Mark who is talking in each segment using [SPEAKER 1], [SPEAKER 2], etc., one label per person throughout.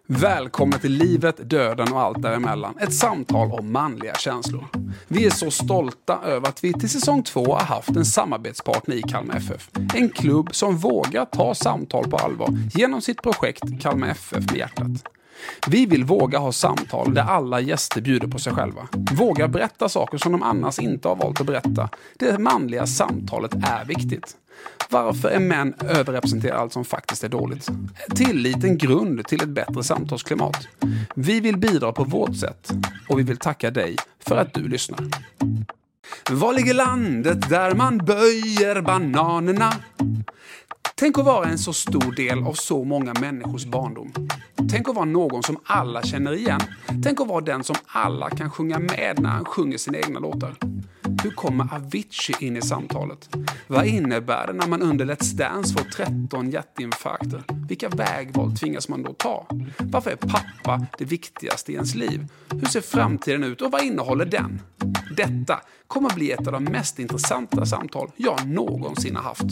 [SPEAKER 1] Välkomna till livet, döden och allt däremellan. Ett samtal om manliga känslor. Vi är så stolta över att vi till säsong 2 har haft en samarbetspartner i Kalmar FF. En klubb som vågar ta samtal på allvar genom sitt projekt Kalmar FF med hjärtat. Vi vill våga ha samtal där alla gäster bjuder på sig själva. Våga berätta saker som de annars inte har valt att berätta. Det manliga samtalet är viktigt. Varför är män överrepresenterade allt som faktiskt är dåligt? Tillit en grund till ett bättre samtalsklimat. Vi vill bidra på vårt sätt och vi vill tacka dig för att du lyssnar. Var ligger landet där man böjer bananerna? Tänk att vara en så stor del av så många människors barndom. Tänk att vara någon som alla känner igen. Tänk att vara den som alla kan sjunga med när han sjunger sina egna låtar. Hur kommer Avicii in i samtalet? Vad innebär det när man under Let's Dance får 13 hjärtinfarkter? Vilka vägval tvingas man då ta? Varför är pappa det viktigaste i ens liv? Hur ser framtiden ut och vad innehåller den? Detta kommer bli ett av de mest intressanta samtal jag någonsin har haft.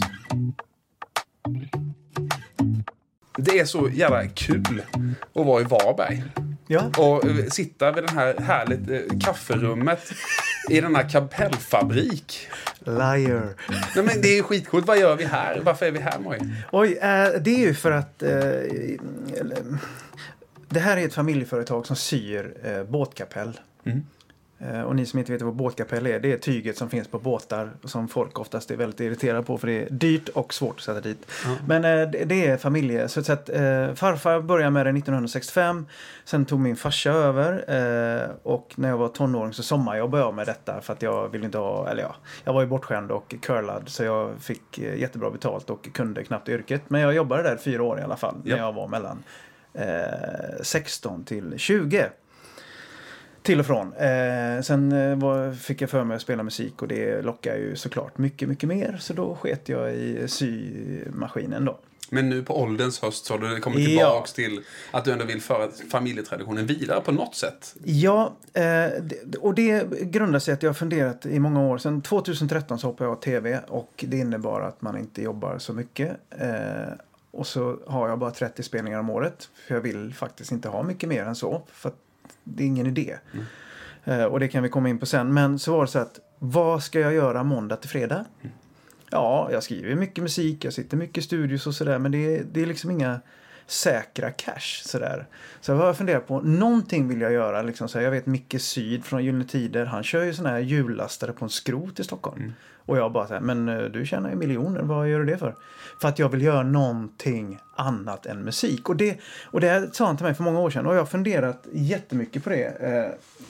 [SPEAKER 1] Det är så jävla kul att vara i Varberg.
[SPEAKER 2] Ja.
[SPEAKER 1] Och sitta vid den här härligt kafferummet i den här kapellfabrik.
[SPEAKER 2] Liar.
[SPEAKER 1] Nej, men det är skitcoolt. Vad gör vi här? Varför är vi här, Moj?
[SPEAKER 2] Oj, det är ju för att det här är ett familjeföretag som syr båtkapell. Mm. Och ni som inte vet vad båtkapell är, det är tyget som finns på båtar som folk oftast är väldigt irriterade på för det är dyrt och svårt att sätta dit. Men det är familje. Så att farfar började med det 1965, sen tog min farsa över och när jag var tonåring så sommarjobbade jag med detta för att jag ville inte ha, eller jag var ju bortskämd och curlad så jag fick jättebra betalt och kunde knappt yrket. Men jag jobbade där 4 år i alla fall när jag var mellan 16 till 20. Till och från. Sen fick jag för mig att spela musik och det lockar ju såklart mycket, mycket mer. Så då sket jag i symaskinen då.
[SPEAKER 1] Men nu på ålderns höst så har du kommit tillbaks till att du ändå vill föra familjetraditionen vidare på något sätt. Ja,
[SPEAKER 2] och det grundar sig att jag har funderat i många år. Sen 2013 så hoppade jag av tv och det innebar att man inte jobbar så mycket. Och så har jag bara 30 spelningar om året. För jag vill faktiskt inte ha mycket mer än så. För att det är ingen idé. Och det kan vi komma in på sen. Men så var det så att, vad ska jag göra måndag till fredag? Ja, jag skriver mycket musik. Jag sitter mycket i studios och sådär. Men det är liksom inga säkra cash sådär. Så jag har funderat på, någonting vill jag göra. Liksom, så jag vet Micke Syd från Gyllene Tider. Han kör ju sådana här hjullastare på en skrot i Stockholm. Och jag bara så här, men du tjänar ju miljoner, vad gör du det för? För att jag vill göra någonting annat än musik. Och det sa han till mig för många år sedan. Och jag har funderat jättemycket på det.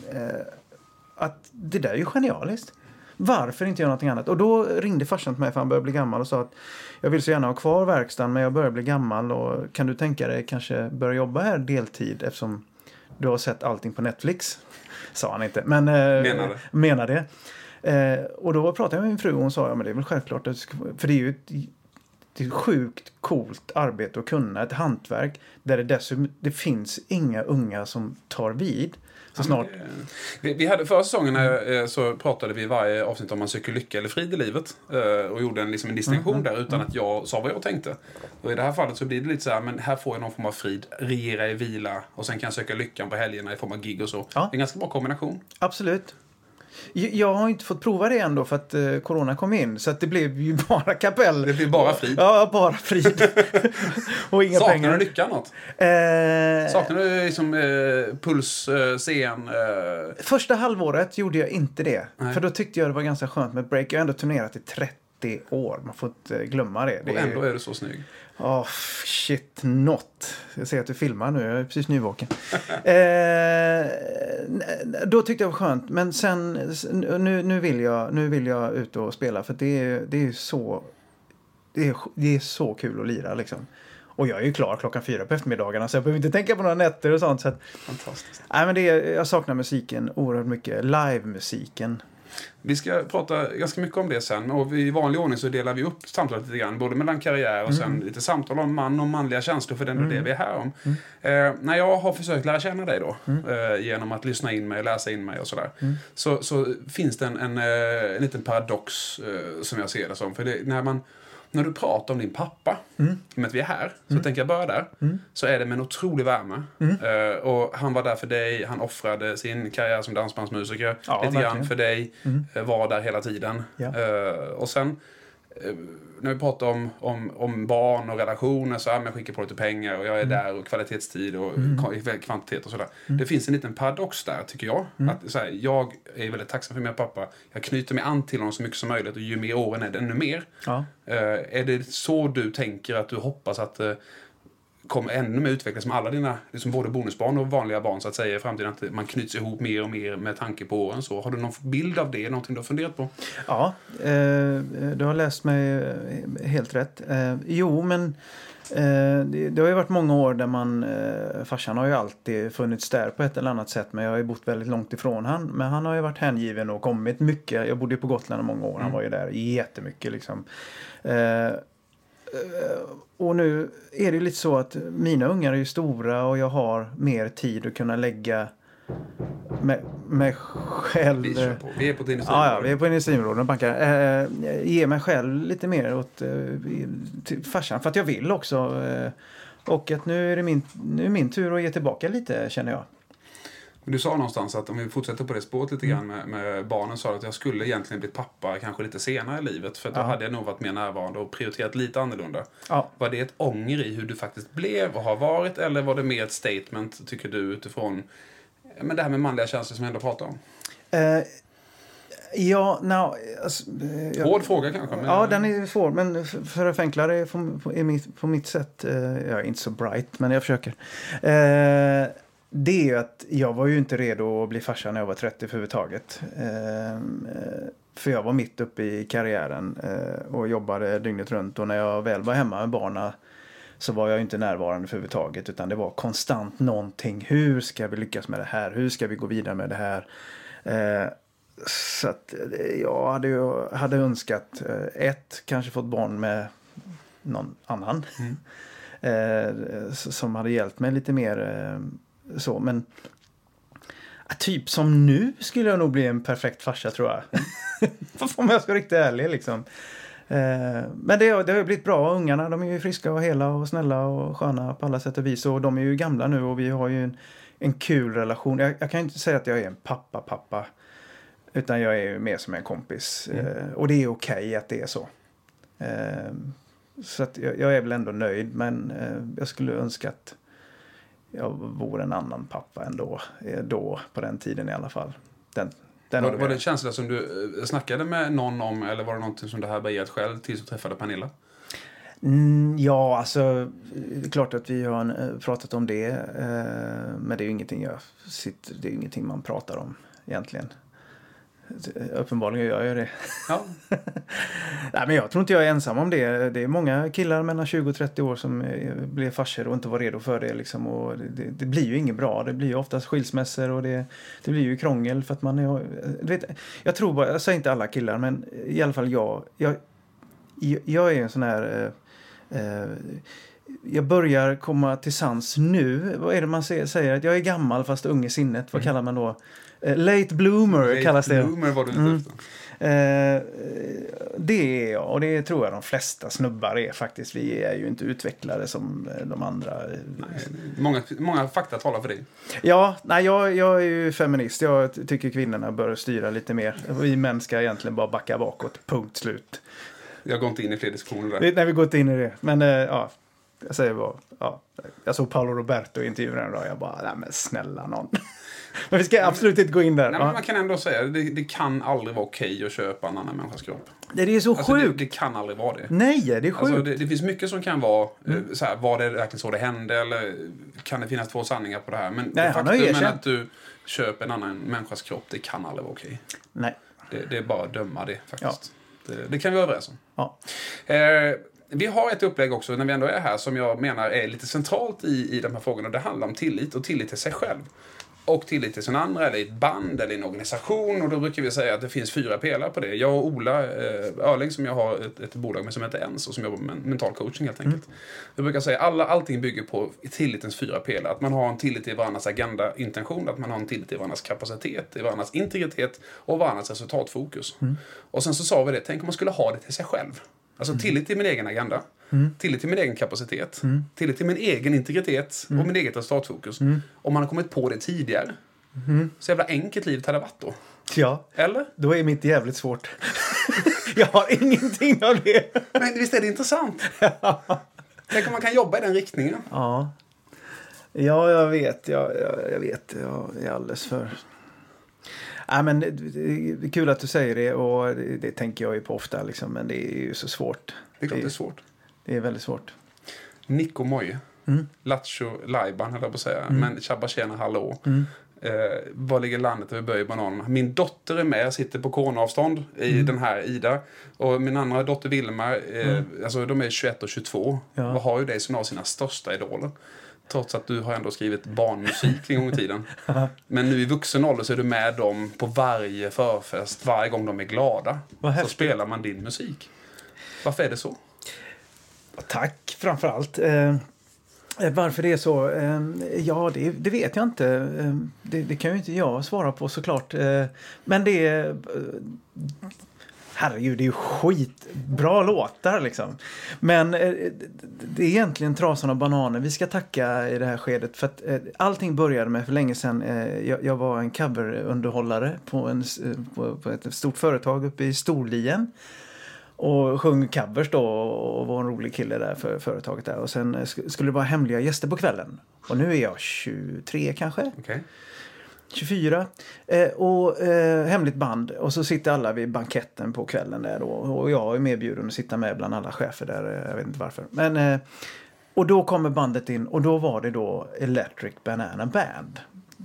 [SPEAKER 2] Att det där är ju genialiskt. Varför inte göra någonting annat? Och då ringde farsan till mig för han började bli gammal och sa att jag vill så gärna ha kvar verkstaden men jag börjar bli gammal. Och kan du tänka dig kanske börja jobba här deltid eftersom du har sett allting på Netflix? Sa han inte, men menar det. Och då pratade jag med min fru och hon sa, ja men det är väl självklart. För det är ju ett sjukt coolt arbete att kunna, ett hantverk där det finns inga unga som tar vid. Så snart.
[SPEAKER 1] Vi hade förra säsongen så pratade vi varje avsnitt om man söker lycka eller frid i livet och gjorde en distinktion där utan att jag sa vad jag tänkte. Och i det här fallet så blir det lite så här, men här får jag någon form av frid, regera i vila och sen kan jag söka lyckan på helgerna i form av gig och så. Ja. Det är en ganska bra kombination.
[SPEAKER 2] Absolut. Jag har inte fått prova det ändå för att corona kom in. Så att det blev ju bara kapell.
[SPEAKER 1] Det blev bara frid.
[SPEAKER 2] Ja, bara frid. Och inga
[SPEAKER 1] Saknar
[SPEAKER 2] pengar.
[SPEAKER 1] du lyckan något? Saknar du liksom puls, scen?
[SPEAKER 2] Första halvåret gjorde jag inte det.
[SPEAKER 1] Nej.
[SPEAKER 2] För då tyckte jag det var ganska skönt med break. Jag har ändå turnerat i 30 år. Man får inte glömma det.
[SPEAKER 1] Och ändå är du så snygg.
[SPEAKER 2] Shit not. Jag ser att du filmar nu. Jag är precis nyvaken. Då tyckte jag det var skönt. Men sen nu vill jag ut och spela. För det är så det är så kul att lira liksom. Och jag är ju klar 4:00 på eftermiddagarna. Så jag behöver inte tänka på några nätter och sånt. Så att,
[SPEAKER 1] fantastiskt.
[SPEAKER 2] Nej, men jag saknar musiken oerhört mycket. Live-musiken.
[SPEAKER 1] Vi ska prata ganska mycket om det sen. Och i vanlig ordning så delar vi upp samtalet lite grann. Både mellan karriär och sen lite samtal om man och manliga känslor. För det är det vi är här om. När jag har försökt lära känna dig då. Genom att lyssna in mig, läsa in mig och sådär. Så finns det en liten paradox som jag ser det som. För när när du pratar om din pappa, med att vi är här, så tänker jag börja där, så är det med en otrolig värme. Och han var där för dig, han offrade sin karriär som dansbandsmusiker, lite grann för dig, var där hela tiden.
[SPEAKER 2] Ja.
[SPEAKER 1] Och sen, när vi pratar om barn och relationer, så jag skickar på lite pengar och jag är där, och kvalitetstid och kvantitet och sådär. Det finns en liten paradox där, tycker jag. Att, så här, jag är väldigt tacksam för min pappa. Jag knyter mig an till honom så mycket som möjligt, och ju mer åren är det ännu mer.
[SPEAKER 2] Ja.
[SPEAKER 1] Är det så du tänker, att du hoppas att kommer ännu mer utvecklas som alla dina, liksom både bonusbarn och vanliga barn så att säga i framtiden, att man knyts ihop mer och mer med tanke på åren? Så har du någon bild av det, någonting du har funderat på?
[SPEAKER 2] Ja, du har läst mig helt rätt. Jo, men det har ju varit många år där farsan har ju alltid funnits där på ett eller annat sätt, men jag har ju bott väldigt långt ifrån han. Men han har ju varit hängiven och kommit mycket. Jag bodde ju på Gotland i många år, han var ju där jättemycket liksom. Och nu är det ju lite så att mina ungar är ju stora och jag har mer tid att kunna lägga mig själv.
[SPEAKER 1] Vi är på din
[SPEAKER 2] Ja, vi är på industriområden. Ge mig själv lite mer åt till farsan, för att jag vill också. Och att nu är det min tur att ge tillbaka lite, känner jag.
[SPEAKER 1] Du sa någonstans att om vi fortsätter på det spåret lite grann med barnen, sa att jag skulle egentligen bli pappa kanske lite senare i livet, för att då hade jag nog varit mer närvarande och prioriterat lite annorlunda. Ja. Var det ett ånger i hur du faktiskt blev och har varit, eller var det mer ett statement, tycker du, utifrån det här med manliga känslor som jag ändå pratar om?
[SPEAKER 2] Hård
[SPEAKER 1] fråga kanske. Men...
[SPEAKER 2] Ja, den är svår, men för att förenkla det på mitt sätt, jag är inte så bright, men jag försöker. Det är ju att jag var ju inte redo att bli farsa när jag var 30 överhuvudtaget. För jag var mitt uppe i karriären och jobbade dygnet runt. Och när jag väl var hemma med barnen så var jag inte närvarande för överhuvudtaget. Utan det var konstant någonting. Hur ska vi lyckas med det här? Hur ska vi gå vidare med det här? Så att jag hade önskat kanske fått barn med någon annan. Som hade hjälpt mig lite mer... Så, men typ som nu skulle jag nog bli en perfekt farsa, tror jag. Om jag ska vara riktigt ärlig liksom. Men det har ju blivit bra. Ungarna, de är ju friska och hela och snälla och sköna på alla sätt och vis. Och de är ju gamla nu och vi har ju en kul relation. Jag kan inte säga att jag är en pappa. Utan jag är ju mer som en kompis. Och det är okej att det är så. Så att jag är väl ändå nöjd. Men jag skulle önska att jag vore en annan pappa ändå. Då, på den tiden i alla fall. Var det en känsla som du snackade med någon om, eller var det någonting som du här börjat själv tills du träffade Pernilla? Ja, alltså det är klart att vi har pratat om det. Men det är ju ingenting det är ingenting man pratar om egentligen. Uppenbarligen gör jag det. Ja. Nej, men jag tror inte jag är ensam om det. Det är många killar mellan 20 och 30 år som blev farsor och inte var redo för det. Liksom. Och det blir ju inget bra. Det blir ju oftast skilsmässor och det blir ju krångel för att man är... Du vet, jag säger inte alla killar, men i alla fall jag är en sån här... jag börjar komma till sans nu. Vad är det man säger? Att jag är gammal fast ung i sinnet. Vad kallar man då? Late bloomer kallas det.
[SPEAKER 1] Late bloomer var du ute efter.
[SPEAKER 2] Det är jag, och det tror jag de flesta snubbar är faktiskt. Vi är ju inte utvecklade som de andra.
[SPEAKER 1] Nej, många fakta talar för dig.
[SPEAKER 2] Ja, nej, jag är ju feminist. Jag tycker kvinnorna bör styra lite mer. Vi män ska egentligen bara backa bakåt. Punkt slut.
[SPEAKER 1] Jag går inte in i fler diskussioner där.
[SPEAKER 2] Nej, vi går inte in i det. Men ja, jag säger bara, ja. Jag såg Paolo Roberto i intervjun en dag. Jag bara, nej men snälla någon. Men vi ska absolut inte gå in där.
[SPEAKER 1] Nej, men man kan ändå säga det kan aldrig vara okej att köpa en annan människas kropp.
[SPEAKER 2] Det är så sjukt.
[SPEAKER 1] Det kan aldrig vara det.
[SPEAKER 2] Nej, det är sjukt.
[SPEAKER 1] Alltså, det finns mycket som kan vara så här, var det verkligen så det hände, eller kan det finnas två sanningar på det här? Men
[SPEAKER 2] nej,
[SPEAKER 1] faktum att du köper en annan människas kropp, det kan aldrig vara okej.
[SPEAKER 2] Nej.
[SPEAKER 1] Det är bara att döma det faktiskt. Ja. Det kan vi vara överens om.
[SPEAKER 2] Ja.
[SPEAKER 1] Vi har ett upplägg också när vi ändå är här som jag menar är lite centralt i de här frågorna. Det handlar om tillit och tillit till sig själv. Och tillit till sin andra, eller i ett band eller i en organisation. Och då brukar vi säga att det finns 4 pelare på det. Jag och Ola Örling, som jag har ett bolag med som heter ENS och som jobbar med mental coaching helt enkelt. Vi brukar säga att allting bygger på tillitens 4 pelare. Att man har en tillit till varandras agenda, intention. Att man har en tillit till varandras kapacitet, till varandras integritet och varandras resultatfokus. Och sen så sa vi det, tänk om man skulle ha det till sig själv. Alltså tillit till min egen agenda. Tillit till min egen kapacitet. Tillit till min egen integritet och min eget resultatfokus. Om man har kommit på det tidigare. Så jävla enkelt livet hade varit då.
[SPEAKER 2] Ja,
[SPEAKER 1] eller?
[SPEAKER 2] Då är mitt jävligt svårt. Jag har ingenting av det.
[SPEAKER 1] Men visst är det intressant? Tänk om man kan jobba i den riktningen.
[SPEAKER 2] Ja, jag vet. Jag är alldeles för... Nej, men det är kul att du säger det, och det tänker jag ju på ofta liksom, men det är ju så svårt.
[SPEAKER 1] Det är klart det är svårt.
[SPEAKER 2] Det är väldigt svårt.
[SPEAKER 1] Nico Moje. Lattjo Lajban höll jag på att säga. Men Tjabba tjena hallå. Var ligger landet över böj bananerna? Min dotter är med. Jag sitter på corneravstånd i den här Ida. Och min andra dotter Vilma. Alltså de är 21 och 22.
[SPEAKER 2] Ja.
[SPEAKER 1] Och har ju dig som har sina största idoler. Trots att du har ändå skrivit barnmusik en gång i tiden. Men nu i vuxen ålder så är du med dem på varje förfest. Varje gång de är glada. Så spelar man din musik. Varför är det så?
[SPEAKER 2] Tack framförallt. Varför det är så? Ja, det vet jag inte. Det kan ju inte jag svara på såklart. Men det är... Herregud, det är ju skitbra låtar liksom. Men det är egentligen Trasan och bananer vi ska tacka i det här skedet. För att allting började med för länge sedan. Jag var en coverunderhållare på ett stort företag uppe i Storlien. Och sjöng covers då och var en rolig kille där för företaget där. Och sen skulle det vara hemliga gäster på kvällen. Och nu är jag 23 kanske.
[SPEAKER 1] Okay.
[SPEAKER 2] 24. Och hemligt band. Och så sitter alla vid banketten på kvällen där då. Och jag är medbjuden att sitta med bland alla chefer där. Jag vet inte varför. Men, och då kommer bandet in. Och då var det då Electric Banana Band.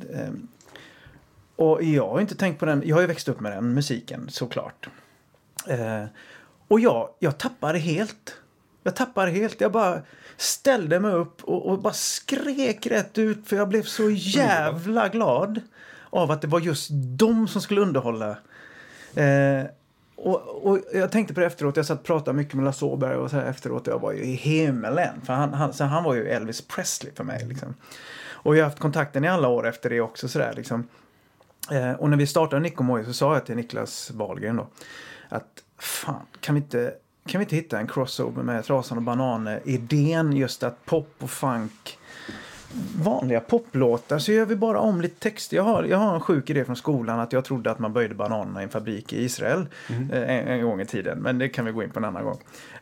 [SPEAKER 2] Och jag har inte tänkt på den. Jag har ju växt upp med den musiken såklart. Och jag tappade helt. Jag bara ställde mig upp och bara skrek rätt ut. För jag blev så jävla glad av att det var just de som skulle underhålla. Och jag tänkte på det efteråt. Jag satt och pratade mycket med Lasse Åberg och så här efteråt. Jag var ju i himmelen. För han var ju Elvis Presley för mig. Liksom. Och jag har haft kontakten i alla år efter det också. Så där, liksom. Och när vi startade Nico Moje så sa jag till Niklas Wahlgren då. Att fan, kan vi inte hitta en crossover med Trasan och bananer? Idén just att pop och funk, vanliga poplåtar, så gör vi bara om lite text. Jag har en sjuk idé från skolan att jag trodde att man böjde bananerna i en fabrik i Israel en gång i tiden. Men det kan vi gå in på en annan gång.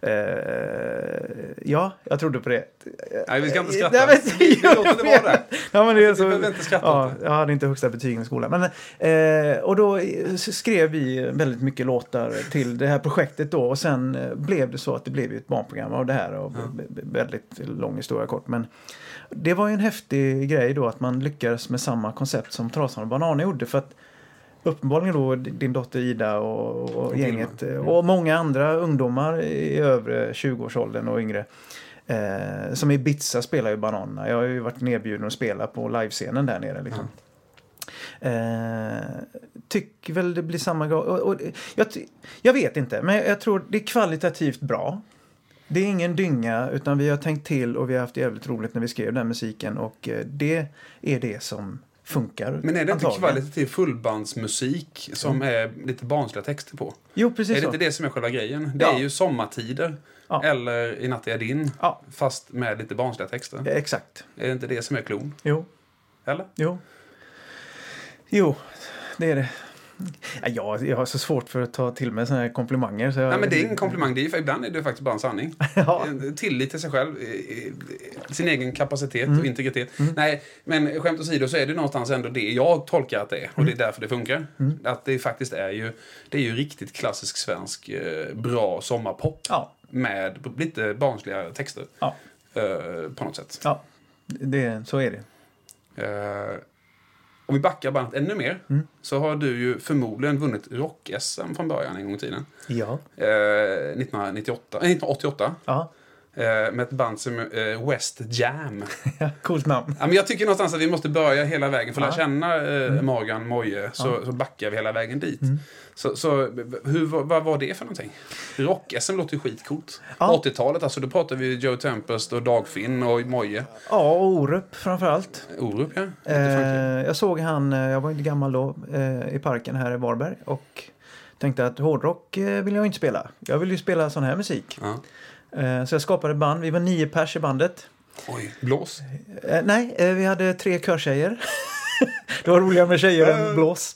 [SPEAKER 2] Ja, jag trodde på det.
[SPEAKER 1] Nej, vi ska inte skratta. Vi låter det vara där.
[SPEAKER 2] Ja, men det är så,
[SPEAKER 1] vi behöver inte skratta.
[SPEAKER 2] Ja, jag hade inte högsta betygen i skolan. Men, och då skrev vi väldigt mycket låtar till det här projektet då. Och sen blev det så att det blev ett barnprogram av det här. Och väldigt lång historia kort. Men det var ju en häftig grej då att man lyckades med samma koncept som Trasan och bananer gjorde. För att uppenbarligen då din dotter Ida och gänget och många andra ungdomar i övre 20-årsåldern och yngre som i Ibiza spelar ju bananerna. Jag har ju varit nedbjuden att spela på livescenen där nere liksom. Tycker väl det blir samma gång. Jag vet inte, men jag tror det är kvalitativt bra. Det är ingen dynga, utan vi har tänkt till och vi har haft jävligt roligt när vi skrev den musiken, och det är det som funkar.
[SPEAKER 1] Men är det inte kvalitativ fullbandsmusik som är lite barnsliga texter på?
[SPEAKER 2] Jo, precis.
[SPEAKER 1] Är det inte det som är själva grejen? Det är ju sommartider eller I natt är din, fast med lite barnsliga texter.
[SPEAKER 2] Ja, exakt.
[SPEAKER 1] Är det inte det som är klon?
[SPEAKER 2] Jo.
[SPEAKER 1] Eller?
[SPEAKER 2] Jo, det är det. Ja, jag har så svårt för att ta till mig såna här komplimanger. Så
[SPEAKER 1] Nej, men det är ingen komplimang. Det är, ibland är det faktiskt bara en sanning. Tillit till sig själv, sin egen kapacitet och integritet. Nej, men skämt åsido så är det någonstans ändå det jag tolkar att det är. Och det är därför det funkar. Att det faktiskt är ju riktigt klassisk svensk bra sommarpop. Ja. Med lite barnsliga texter. Ja. På något sätt.
[SPEAKER 2] Ja, så är det.
[SPEAKER 1] Om vi backar bandet ännu mer så har du ju förmodligen vunnit rock-SM från början en gång i tiden.
[SPEAKER 2] Ja.
[SPEAKER 1] 1988.
[SPEAKER 2] Ja.
[SPEAKER 1] Med ett band som West Jam.
[SPEAKER 2] Coolt namn.
[SPEAKER 1] Ja, men jag tycker någonstans att vi måste börja hela vägen. För att lära känna Morgan Moje så backar vi hela vägen dit. Så vad var det för någonting? Rock-SM låter ju skitcoolt. Ja. 80-talet, alltså då pratar vi Joe Tempest och Dagfinn och Moje. Ja,
[SPEAKER 2] och Orup framförallt.
[SPEAKER 1] Orup, ja.
[SPEAKER 2] Jag såg jag var inte gammal då, i parken här i Varberg. Och Tänkte att hårdrock vill jag inte spela. Jag vill ju spela sån här musik.
[SPEAKER 1] Ja.
[SPEAKER 2] Så jag skapade ett band. Vi var 9 pers i bandet.
[SPEAKER 1] Oj, blås?
[SPEAKER 2] Nej, vi hade 3 körtjejer. Det var roligare med tjejer än blås.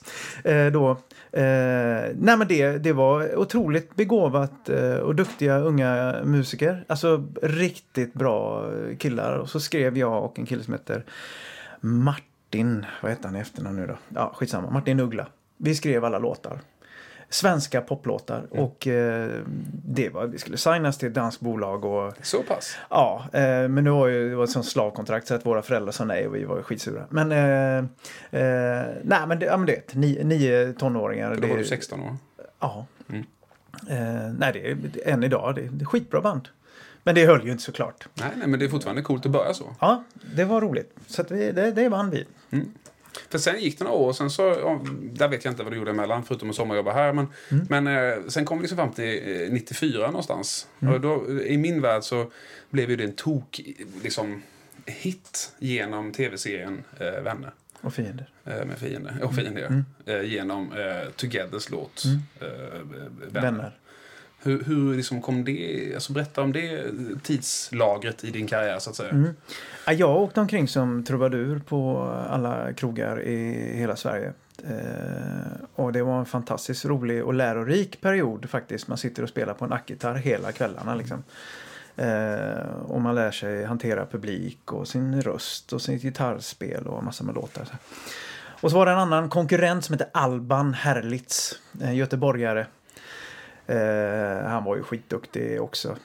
[SPEAKER 2] Nej, men det var otroligt begåvat och duktiga unga musiker. Alltså riktigt bra killar. Och så skrev jag och en kille som heter Martin. Vad heter han i efternamn nu då? Ja, skitsamma. Martin Uggla. Vi skrev alla låtar. Svenska poplåtar. Och det var, vi skulle signas till ett danskt bolag. Och,
[SPEAKER 1] så pass?
[SPEAKER 2] Ja, men det var ett sånt slavkontrakt så att våra föräldrar sa nej och vi var skitsura. Men, nej men det 9 tonåringar.
[SPEAKER 1] Då var du 16 år?
[SPEAKER 2] Ja. Nej, det är än idag. Det är skitbra band. Men det höll ju inte såklart.
[SPEAKER 1] Nej, men det är fortfarande coolt att börja så.
[SPEAKER 2] Ja, det var roligt. Så att det vann vi.
[SPEAKER 1] För sen gick det några år och sen så, där vet jag inte vad du gjorde emellan förutom att sommarjobba här. Men sen kom vi liksom fram till 94 någonstans. Och då, i min värld så blev ju det en hit genom tv-serien Vänner.
[SPEAKER 2] Och fiender.
[SPEAKER 1] Med fiender. Och fiender, genom Togethers låt Vänner. Hur liksom kom det, alltså berätta om det tidslagret i din karriär så att säga.
[SPEAKER 2] Ja, jag åkte omkring som trubadur på alla krogar i hela Sverige. Och det var en fantastiskt rolig och lärorik period faktiskt. Man sitter och spelar på en ackgitarr hela kvällarna liksom. Och man lär sig hantera publik och sin röst och sin gitarrspel och massor med låtar. Och så var det en annan konkurrent som heter Alban Herlitz, en göteborgare. Han var ju skitduktig också.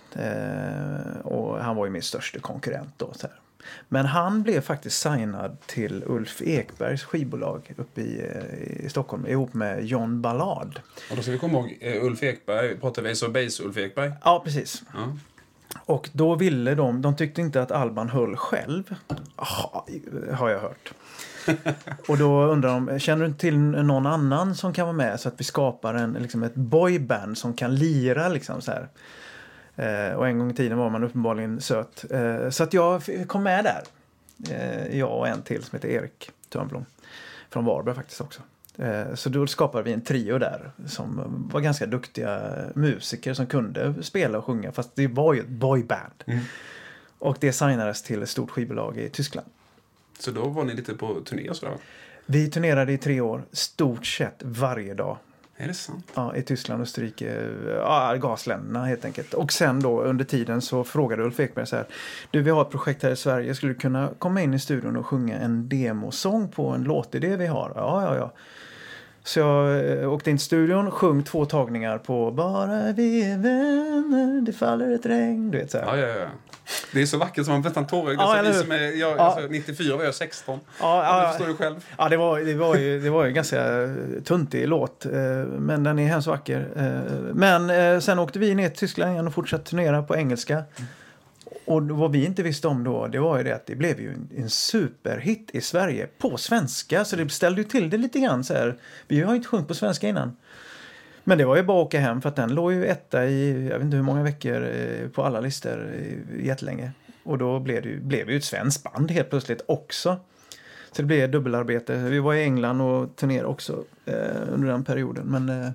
[SPEAKER 2] Och han var ju min största konkurrent då. Så här. Men han blev faktiskt signad till Ulf Ekbergs skivbolag uppe i Stockholm ihop med John Ballard.
[SPEAKER 1] Och då ska vi komma ihåg Ulf Ekberg, pratar vi så Base Ulf Ekberg?
[SPEAKER 2] Ja, precis. Ja. Och då ville de tyckte inte att Alban höll själv. Har jag hört. Och då undrar de, känner du till någon annan som kan vara med så att vi skapar ett boyband som kan lira liksom så här. Och en gång i tiden var man uppenbarligen söt. Så att jag kom med där. Jag och en till som heter Erik Törnblom. Från Varberg faktiskt också. Så då skapade vi en trio där som var ganska duktiga musiker som kunde spela och sjunga. Fast det var ju ett boyband. Och det signades till ett stort skivbolag i Tyskland.
[SPEAKER 1] Så då var ni lite på turné och sådär?
[SPEAKER 2] Vi turnerade i 3 år. Stort sett varje dag.
[SPEAKER 1] Är det sant?
[SPEAKER 2] Ja, i Tyskland, Österrike, gasländerna helt enkelt. Och sen då under tiden så frågade Ulf Ekberg så här: du, vi har ett projekt här i Sverige. Skulle du kunna komma in i studion och sjunga en demosång på en låtidé vi har? Ja. Så jag åkte in till studion, sjöng 2 tagningar på Bara vi är vänner, det faller ett regn. Du vet så här.
[SPEAKER 1] Ja. Det är så vackert som man nästan tårögd. Alltså, 94 var jag 16. Det förstår du själv.
[SPEAKER 2] Ja, det var ju ganska tuntig låt. Men den är hemskt vacker. Men sen åkte vi ner till Tyskland igen och fortsatte turnera på engelska. Och vad vi inte visste om då, det var ju det att det blev ju en superhit i Sverige på svenska. Så det ställde ju till det lite grann så här. Vi har ju inte sjungit på svenska innan. Men det var ju bara att åka hem för att den låg ju etta i, jag vet inte hur många veckor på alla listor jättelänge. Och då blev det ju ett svenskt band helt plötsligt också. Så det blev dubbelarbete. Vi var i England och turnerade också under den perioden. Men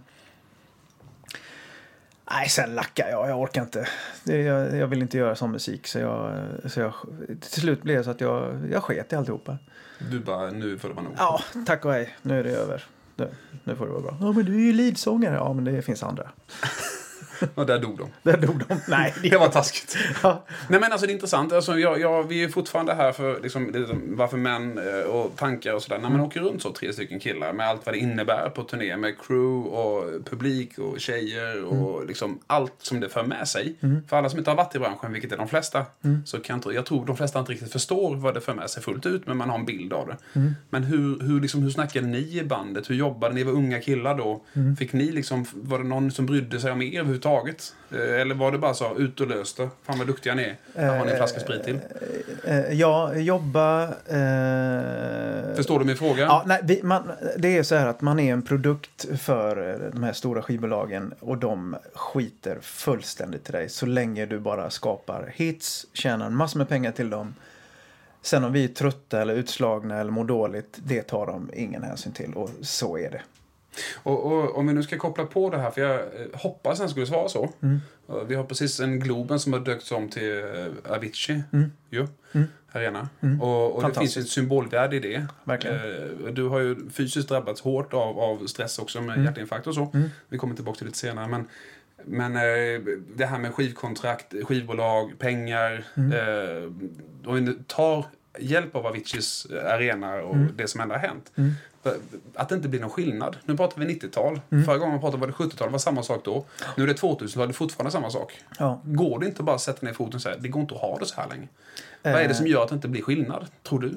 [SPEAKER 2] nej, sen lackade jag orkar inte. Jag vill inte göra sån musik. Så jag till slut blev det så att jag sket i alltihopa.
[SPEAKER 1] Du bara, nu får det vara nog.
[SPEAKER 2] Ja, tack och hej. Nu är det över. Nu får det vara bra. Ja, men du är ju leadsångare. Ja, men det finns andra.
[SPEAKER 1] Och där dog de.
[SPEAKER 2] Nej,
[SPEAKER 1] det var taskigt. Ja. Nej, men alltså det är intressant. Alltså, vi är fortfarande här för liksom, varför män och tankar och sådär. När man åker runt så 3 stycken killar med allt vad det innebär på turné med crew och publik och tjejer och liksom allt som det för med sig. För alla som inte har varit i branschen, vilket är de flesta, så jag tror de flesta inte riktigt förstår vad det för med sig fullt ut, men man har en bild av det. Men hur snackade ni i bandet? Hur jobbade ni? Var unga killar då? Fick ni liksom, var det någon som brydde sig om er överhuvudtaget? Eller var det bara så ut och löste? Fan vad duktiga ni är. Vad har ni en flaska sprit till?
[SPEAKER 2] Ja, jobba...
[SPEAKER 1] Förstår du min fråga?
[SPEAKER 2] Ja, nej, det är så här att man är en produkt för de här stora skivbolagen och de skiter fullständigt till dig så länge du bara skapar hits, tjänar massor med pengar till dem. Sen om vi är trötta eller utslagna eller mår dåligt, det tar de ingen hänsyn till och så är det.
[SPEAKER 1] Och om vi nu ska koppla på det här, för jag hoppas den skulle svara så. Vi har precis en Globen som har döpts om till Avicii Arena. Och det finns ett symbolvärde i det.
[SPEAKER 2] Verkligen.
[SPEAKER 1] Du har ju fysiskt drabbats hårt av stress också med hjärtinfarkt och så. Vi kommer tillbaka till det senare. Men det här med skivkontrakt, skivbolag, pengar. Och tar hjälp av Aviciis arena och det som ändå har hänt. Att det inte blir någon skillnad. Nu pratar vi 90-tal. Förra gången man pratade var det 70-tal, var samma sak då. Nu är det 2000-tal, det är fortfarande samma sak.
[SPEAKER 2] Ja.
[SPEAKER 1] Går det inte bara att sätta ner foten och säga det går inte att ha det så här länge? Vad är det som gör att det inte blir skillnad, tror du?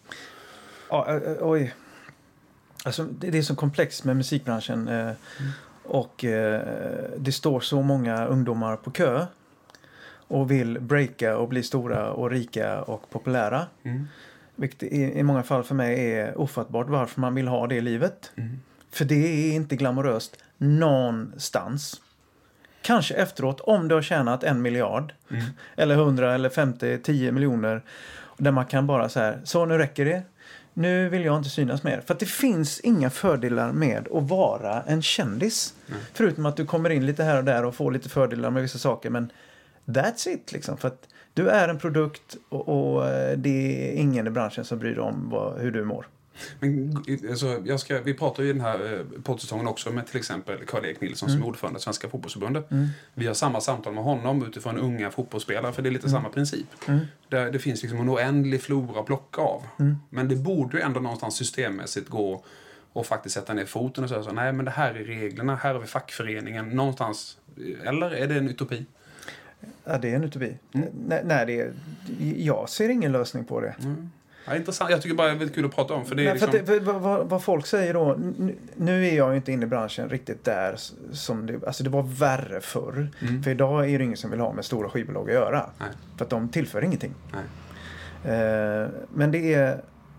[SPEAKER 2] Ja, oj. Alltså, det är så komplext med musikbranschen. Och det står så många ungdomar på kö och vill breaka och bli stora och rika och populära. Vilket i många fall för mig är ofattbart varför man vill ha det i livet. För det är inte glamoröst någonstans. Kanske efteråt, om du har tjänat 1 miljard eller 100 eller 50, 10 miljoner, där man kan bara så här, så nu räcker det. Nu vill jag inte synas mer. För att det finns inga fördelar med att vara en kändis. Förutom att du kommer in lite här och där och får lite fördelar med vissa saker. Men that's it liksom. För att du är en produkt och det är ingen i branschen som bryr dig om hur du mår.
[SPEAKER 1] Men alltså, vi pratar ju i den här poddsäsongen också med till exempel Karl-Erik Nilsson som är ordförande i Svenska fotbollsförbundet. Vi har samma samtal med honom utifrån unga fotbollsspelare, för det är lite samma princip. Där det finns liksom en oändlig flora att plocka av. Men det borde ju ändå någonstans systemmässigt gå och faktiskt sätta ner foten och säga så, nej men det här är reglerna, här har vi fackföreningen någonstans. Eller är det en utopi?
[SPEAKER 2] Ja, det är en utopi. Nej, jag ser ingen lösning på det.
[SPEAKER 1] Ja, intressant. Jag tycker bara det är väldigt kul att prata om. För det är
[SPEAKER 2] nej,
[SPEAKER 1] liksom...
[SPEAKER 2] vad folk säger då, nu är jag ju inte inne i branschen riktigt där som det, alltså det var värre förr. För idag är det ingen som vill ha med stora skivbolag att göra.
[SPEAKER 1] Nej.
[SPEAKER 2] För att de tillför ingenting.
[SPEAKER 1] Nej.
[SPEAKER 2] Men det är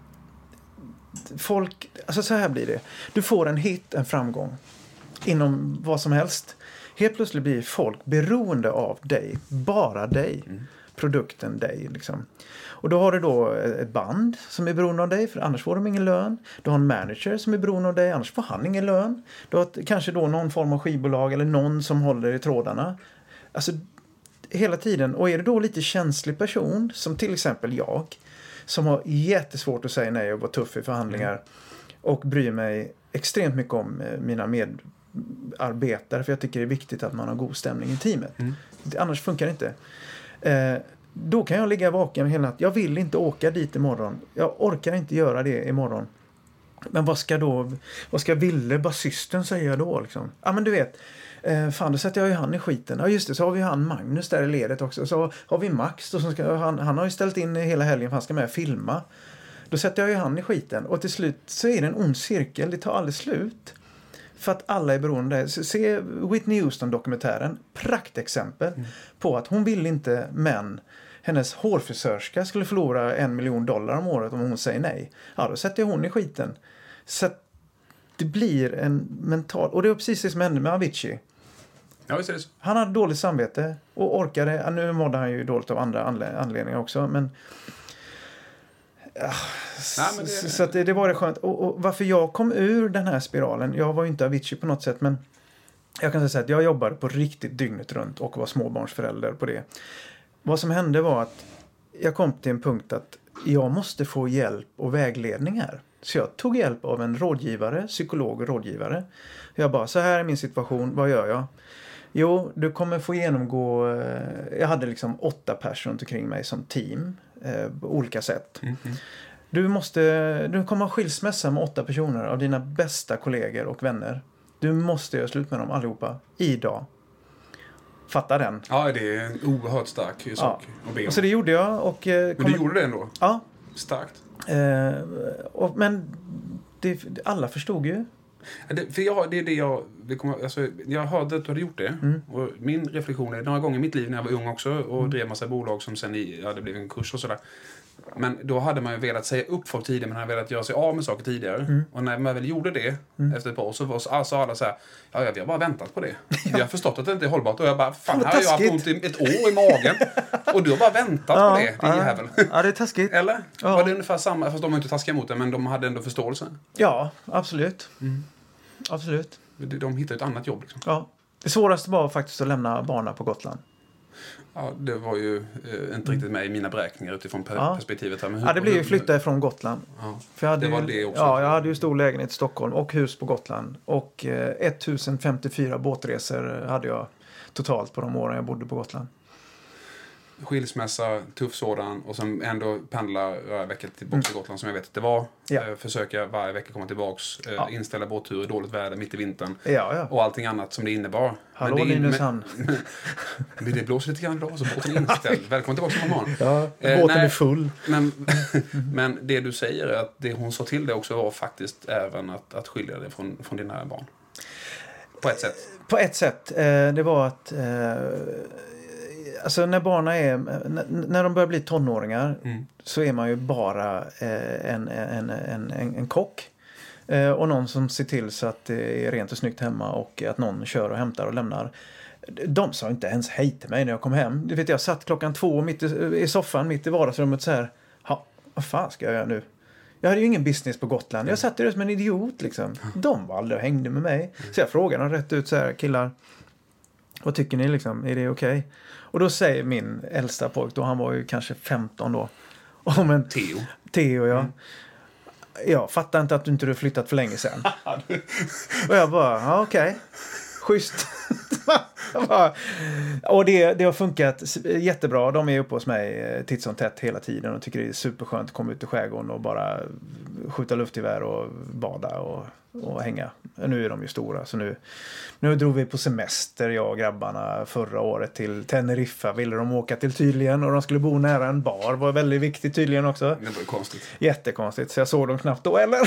[SPEAKER 2] folk, alltså så här blir det. Du får en hit, en framgång inom vad som helst. Helt plötsligt blir folk beroende av dig, bara dig. Produkten dig liksom. Och då har du då ett band som är beroende av dig, för annars får de ingen lön. Du har en manager som är beroende av dig, annars får han ingen lön. Du har kanske då någon form av skivbolag eller någon som håller i trådarna. Alltså hela tiden. Och är det då lite känslig person, som till exempel jag, som har jättesvårt att säga nej och vara tuff i förhandlingar och bryr mig extremt mycket om mina medarbetare, för jag tycker det är viktigt att man har god stämning i teamet. Annars funkar det inte. Då kan jag ligga vaken hela natten. Jag vill inte åka dit imorgon. Jag orkar inte göra det imorgon. Men vad ska Ville, basisten, säga då liksom? Ja, men du vet, fan, då sätter jag ju han i skiten. Ja just det, så har vi han Magnus där i ledet också. Så har vi Max, och så ska han har ju ställt in hela helgen för han ska med och filma. Då sätter jag ju han i skiten. Och till slut så är det en ond cirkel. Det tar aldrig slut. För att alla är beroende. Se Whitney Houston-dokumentären. Praktexempel på att hon vill inte, men hennes hårfrisörska skulle förlora $1 million om året om hon säger nej. Ja, då sätter hon i skiten. Så att det blir en mental... Och det är precis det som hände med Avicii.
[SPEAKER 1] Ja, visst är det så.
[SPEAKER 2] Han hade dåligt samvete och orkade... Nu mådde han ju dåligt av andra anledningar också, men... Ja, så att det var det skönt. Och varför jag kom ur den här spiralen, jag var ju inte Avicii på något sätt, men jag kan säga att jag jobbade på riktigt dygnet runt och var småbarnsförälder på det. Vad som hände var att jag kom till en punkt att jag måste få hjälp och vägledning här. Så jag tog hjälp av en rådgivare, psykolog och rådgivare. Jag bara, så här är min situation, vad gör jag? Jo, du kommer få genomgå... Jag hade liksom 8 personer runt omkring mig som team. På olika sätt. Du kommer ha skilsmässa med 8 personer av dina bästa kollegor och vänner. Du måste göra slut med dem allihopa. Idag. Fatta den.
[SPEAKER 1] Ja, det är en oerhört stark sak att be om.
[SPEAKER 2] Så det gjorde jag.
[SPEAKER 1] Men du gjorde det ändå?
[SPEAKER 2] Ja.
[SPEAKER 1] Starkt.
[SPEAKER 2] Men alla förstod ju.
[SPEAKER 1] Jag hörde att du hade gjort det. Och min reflektion är några gånger i mitt liv när jag var ung också och drev massa bolag som sen det blev en kurs och sådär. Men då hade man ju velat säga upp folk tidigare, men hade velat göra sig av med saker tidigare. Och när man väl gjorde det efter ett par år så alla så här, ja, vi har bara väntat på det. Vi har förstått att det inte är hållbart. Och jag bara, fan, här har jag haft ont i ett år i magen. Och du har bara väntat på det. Det är väl.
[SPEAKER 2] Ja, det är taskigt.
[SPEAKER 1] Eller? Ja. Var det ungefär samma, fast de var inte taskiga mot det, men de hade ändå förståelse?
[SPEAKER 2] Ja, absolut. Absolut.
[SPEAKER 1] De hittar ett annat jobb liksom.
[SPEAKER 2] Ja. Det svåraste var faktiskt att lämna barnen på Gotland.
[SPEAKER 1] Ja, det var ju inte riktigt med i mina beräkningar utifrån perspektivet här. Men
[SPEAKER 2] det blev ju flytta ifrån Gotland.
[SPEAKER 1] Ja,
[SPEAKER 2] för jag hade
[SPEAKER 1] det var det också.
[SPEAKER 2] Ja, jag hade ju stor lägenhet i Stockholm och hus på Gotland. Och 1054 båtresor hade jag totalt på de åren jag bodde på Gotland.
[SPEAKER 1] Skilsmässa, tuff sådan, och sen ändå pendla varje vecka tillbaka till Gotland som jag vet att det var.
[SPEAKER 2] Ja.
[SPEAKER 1] Försöka varje vecka komma tillbaks, inställa båtturer, dåligt väder mitt i vintern.
[SPEAKER 2] Ja.
[SPEAKER 1] Och allting annat som det innebar.
[SPEAKER 2] Hallå Nynäshamn.
[SPEAKER 1] Det blåser lite grann idag så båten är inställd. Välkommen tillbaka som morgon.
[SPEAKER 2] Ja, båten är full.
[SPEAKER 1] Men det du säger är att det hon sa till det också var faktiskt även att skilja dig från dina barn. På ett sätt.
[SPEAKER 2] På ett sätt. Det var att alltså när barnen är när de börjar bli tonåringar så är man ju bara en kock och någon som ser till så att det är rent och snyggt hemma och att någon kör och hämtar och lämnar. De sa inte ens hej till mig när jag kom hem. Du vet, jag satt 2:00 mitt i soffan mitt i vardagsrummet så här. Vad fan ska jag göra nu? Jag hade ju ingen business på Gotland. Jag satt där som en idiot liksom. De var aldrig och hängde med mig. Så jag frågade dem rätt ut så här, killar. Vad tycker ni liksom? Är det okej? Och då säger min äldsta pojk, då han var ju kanske 15 då. Theo, ja. Jag fattar inte att du inte har flyttat för länge sedan. Och jag bara, okej. Schysst. Och det har funkat jättebra. De är uppe hos mig titt som tätt hela tiden och tycker det är superskönt att komma ut i skärgården och bara skjuta luftgevär och bada och hänga. Nu är de ju stora, så nu drog vi på semester, jag och grabbarna, förra året till Teneriffa. Ville de åka till tydligen, och de skulle bo nära en bar. Var väldigt viktigt tydligen också.
[SPEAKER 1] Det var konstigt.
[SPEAKER 2] Jättekonstigt, så jag såg dem knappt då, eller?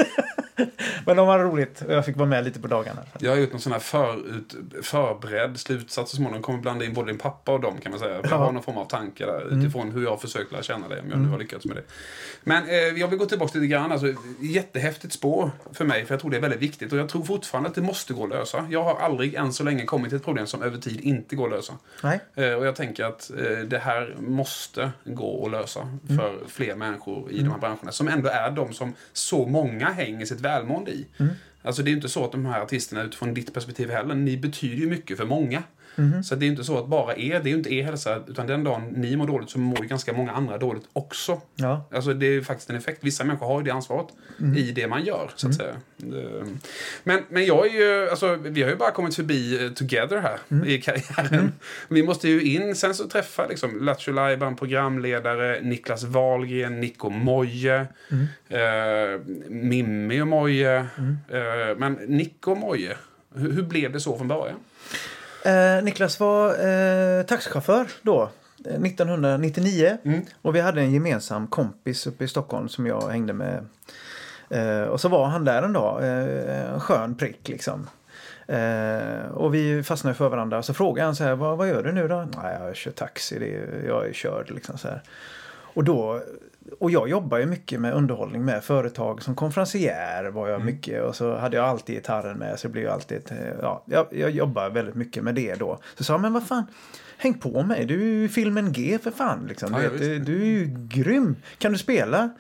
[SPEAKER 2] Men de var roligt och jag fick vara med lite på dagarna.
[SPEAKER 1] Jag har gjort någon sån här förberedd slutsats som man kommer blanda in både din pappa och dem, kan man säga. Jag har någon form av tanke där utifrån hur jag har försökt lära känna dig, om jag nu har lyckats med det. Men jag vill gå tillbaka lite grann. Alltså, jättehäftigt spår för mig, för jag tror det är väldigt viktigt och jag tror fortfarande att det måste gå att lösa. Jag har aldrig än så länge kommit till ett problem som över tid inte går att lösa.
[SPEAKER 2] Nej.
[SPEAKER 1] Och jag tänker att det här måste gå att lösa för fler människor i de här branscherna, som ändå är de som så många hänger sitt välmående i. Alltså det är ju inte så att de här artisterna utifrån ditt perspektiv heller, ni betyder ju mycket för många. Så det är ju inte så att bara det är ju inte er hälsa, utan den dagen ni mår dåligt så mår ju ganska många andra dåligt också. Ja. Alltså det är ju faktiskt en effekt. Vissa människor har ju det ansvaret i det man gör, så att säga. Men jag är ju, alltså vi har ju bara kommit förbi Together här i karriären. Vi måste ju in, sen så träffa liksom Lattjo Lajban, programledare, Niklas Wahlgren, Nico Moje, Mimmi och Moje. Men Nico Moje, hur blev det så från början?
[SPEAKER 2] Niklas var taxichaufför då, 1999. Och vi hade en gemensam kompis uppe i Stockholm som jag hängde med. Och så var han där en dag, en skön prick liksom. Och vi fastnade för varandra. Och så frågade han så här, vad gör du nu då? Nej, jag kör taxi, jag är körd liksom så här. Och jag jobbar ju mycket med underhållning med företag. Som konferencier var jag mycket. Och så hade jag alltid gitarren med. Så det blev ju alltid jag jobbar väldigt mycket med det då. Så sa jag, men vad fan, häng på mig. Du är ju filmen G för fan. Liksom. Du är ju grym. Kan du spela?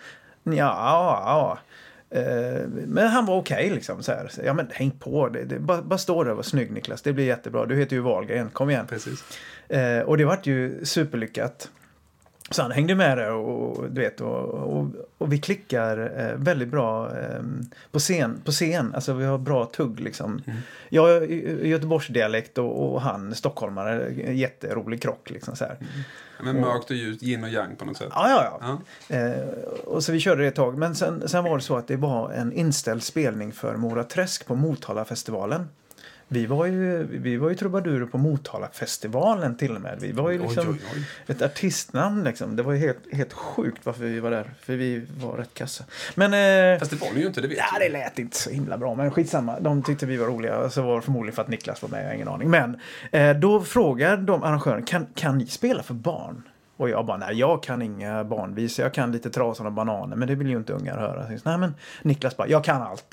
[SPEAKER 2] Ja. Men han var okej liksom. Så här. Ja, men häng på. Bara stå där och var snygg, Niklas. Det blir jättebra. Du heter ju Wahlgren. Kom igen.
[SPEAKER 1] Precis.
[SPEAKER 2] Och det var ju superlyckat. Så han hängde med där och du vet och vi klickar väldigt bra på scen. Alltså vi har bra tugg liksom. Jag är Göteborgsdialekt och han stockholmare, jätterolig krock liksom så här.
[SPEAKER 1] Men mörkt och ljust, yin och yang på något sätt.
[SPEAKER 2] Ja. Och så vi körde det ett tag. Men sen var det så att det var en inställd spelning för Mora Träsk på Motala-festivalen. Vi var ju trubadurer på Motala-festivalen till och med. Vi var ju liksom ett artistnamn liksom. Det var ju helt sjukt varför vi var där. För vi var rätt kassa. Men
[SPEAKER 1] festivalen är ju inte, det vet
[SPEAKER 2] ja, det lät inte så himla bra. Men skitsamma. De tyckte vi var roliga. Så var det förmodligen för att Niklas var med. Jag har ingen aning. Men då frågade de arrangören, kan ni spela för barn? Och jag bara, nej, jag kan inga barnvisor. Jag kan lite Trasan och bananer. Men det vill ju inte ungar höra. Nej, men Niklas bara, jag kan allt.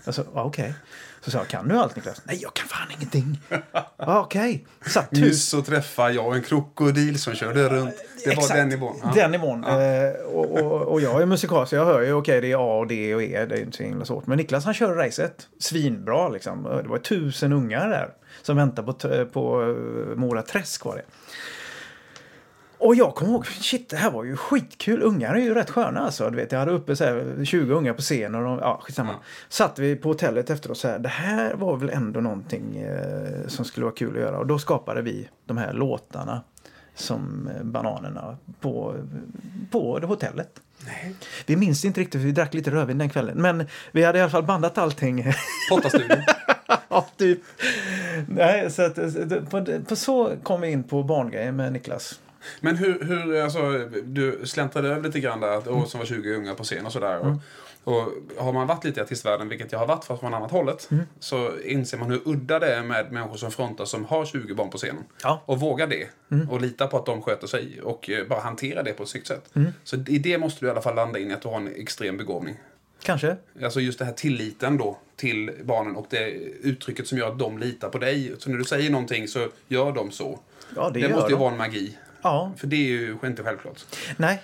[SPEAKER 2] Jag sa, okej. Så sa jag, kan du allt Niklas? Nej, jag kan fan ingenting. Okej. Satt
[SPEAKER 1] Nyss så träffade jag en krokodil som körde runt. Det var den nivån. Ja.
[SPEAKER 2] Den nivån. Ja. Och jag är musikal så jag hör ju, okej, det är A och D och E. Det är inte så himla svårt. Men Niklas han kör racet. Svinbra liksom. Det var 1000 ungar där som väntar på Mora Träsk var det. Och jag kommer ihåg, shit, det här var ju skitkul. Ungar är ju rätt sköna alltså. Du vet, jag hade uppe så här 20 ungar på scen och skitsamma. Satt vi på hotellet efter och så här, det här var väl ändå någonting som skulle vara kul att göra. Och då skapade vi de här låtarna som bananerna på hotellet. Nej. Vi minns inte riktigt, för vi drack lite rödvin den kvällen. Men vi hade i alla fall bandat allting.
[SPEAKER 1] Pottastudion.
[SPEAKER 2] Ja, typ. Nej, så att, på så kom vi in på barngrejer med Niklas.
[SPEAKER 1] Men hur alltså, du släntrade över lite grann där, som var 20 unga på scen och sådär. Och har man varit lite i artistvärlden, vilket jag har varit fast från annat hållet, så inser man hur udda det är med människor som frontar som har 20 barn på scenen. Ja. Och vågar det. Och lita på att de sköter sig och bara hantera det på ett snyggt sätt. Så i det måste du i alla fall landa in i att du har en extrem begåvning.
[SPEAKER 2] Kanske.
[SPEAKER 1] Alltså just det här tilliten då till barnen och det uttrycket som gör att de litar på dig. Så när du säger någonting så gör de så. Ja, det måste ju vara en magi. Ja. För det är ju inte självklart.
[SPEAKER 2] Nej.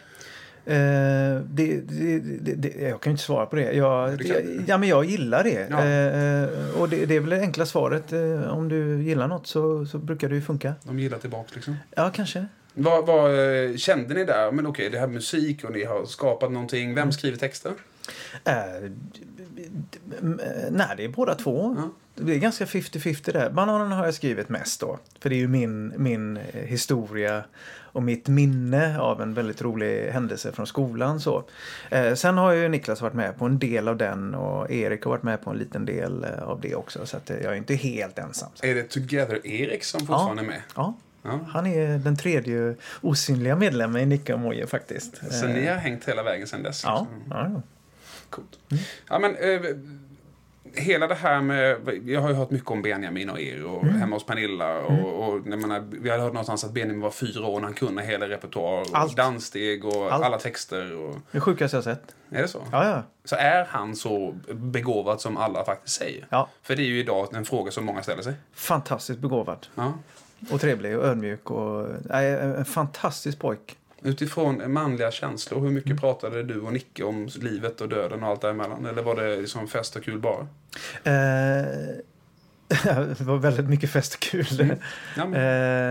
[SPEAKER 2] Jag kan inte svara på det. Jag gillar det. Ja. Och det är väl det enkla svaret. Om du gillar något så brukar det ju funka.
[SPEAKER 1] De gillar tillbaka liksom.
[SPEAKER 2] Ja, kanske.
[SPEAKER 1] Vad kände ni där? Men okej, det här musik och ni har skapat någonting. Vem skriver texter?
[SPEAKER 2] Nej, det är båda två. Ja. Det är ganska 50-50 där. Bananen har jag skrivit mest då. För det är ju min historia och mitt minne av en väldigt rolig händelse från skolan. Så. Sen har ju Niklas varit med på en del av den och Erik har varit med på en liten del av det också. Så att jag är inte helt ensam. Så.
[SPEAKER 1] Är det Together Erik som fortfarande är med?
[SPEAKER 2] Ja. Ja. Han är den tredje osynliga medlemmen i Nicka och Moje faktiskt.
[SPEAKER 1] Så ni har hängt hela vägen sedan dess?
[SPEAKER 2] Ja. Ja.
[SPEAKER 1] Coolt. Ja, men hela det här med, jag har ju hört mycket om Benjamin och er och hemma hos Pernilla och jag menar, vi hade hört någonstans att Benjamin var 4 år när han kunde hela repertoar och danssteg och alla texter. Och...
[SPEAKER 2] Det sjukaste jag sett.
[SPEAKER 1] Är det så?
[SPEAKER 2] Ja.
[SPEAKER 1] Så är han så begåvad som alla faktiskt säger? Ja. För det är ju idag en fråga som många ställer sig.
[SPEAKER 2] Fantastiskt begåvad. Ja. Och trevlig och ödmjuk och en fantastisk pojk.
[SPEAKER 1] Utifrån manliga känslor, hur mycket pratade du och Nicke om livet och döden och allt däremellan? Eller var det liksom fest och kul bara?
[SPEAKER 2] Det var väldigt mycket fest och kul. Ja, det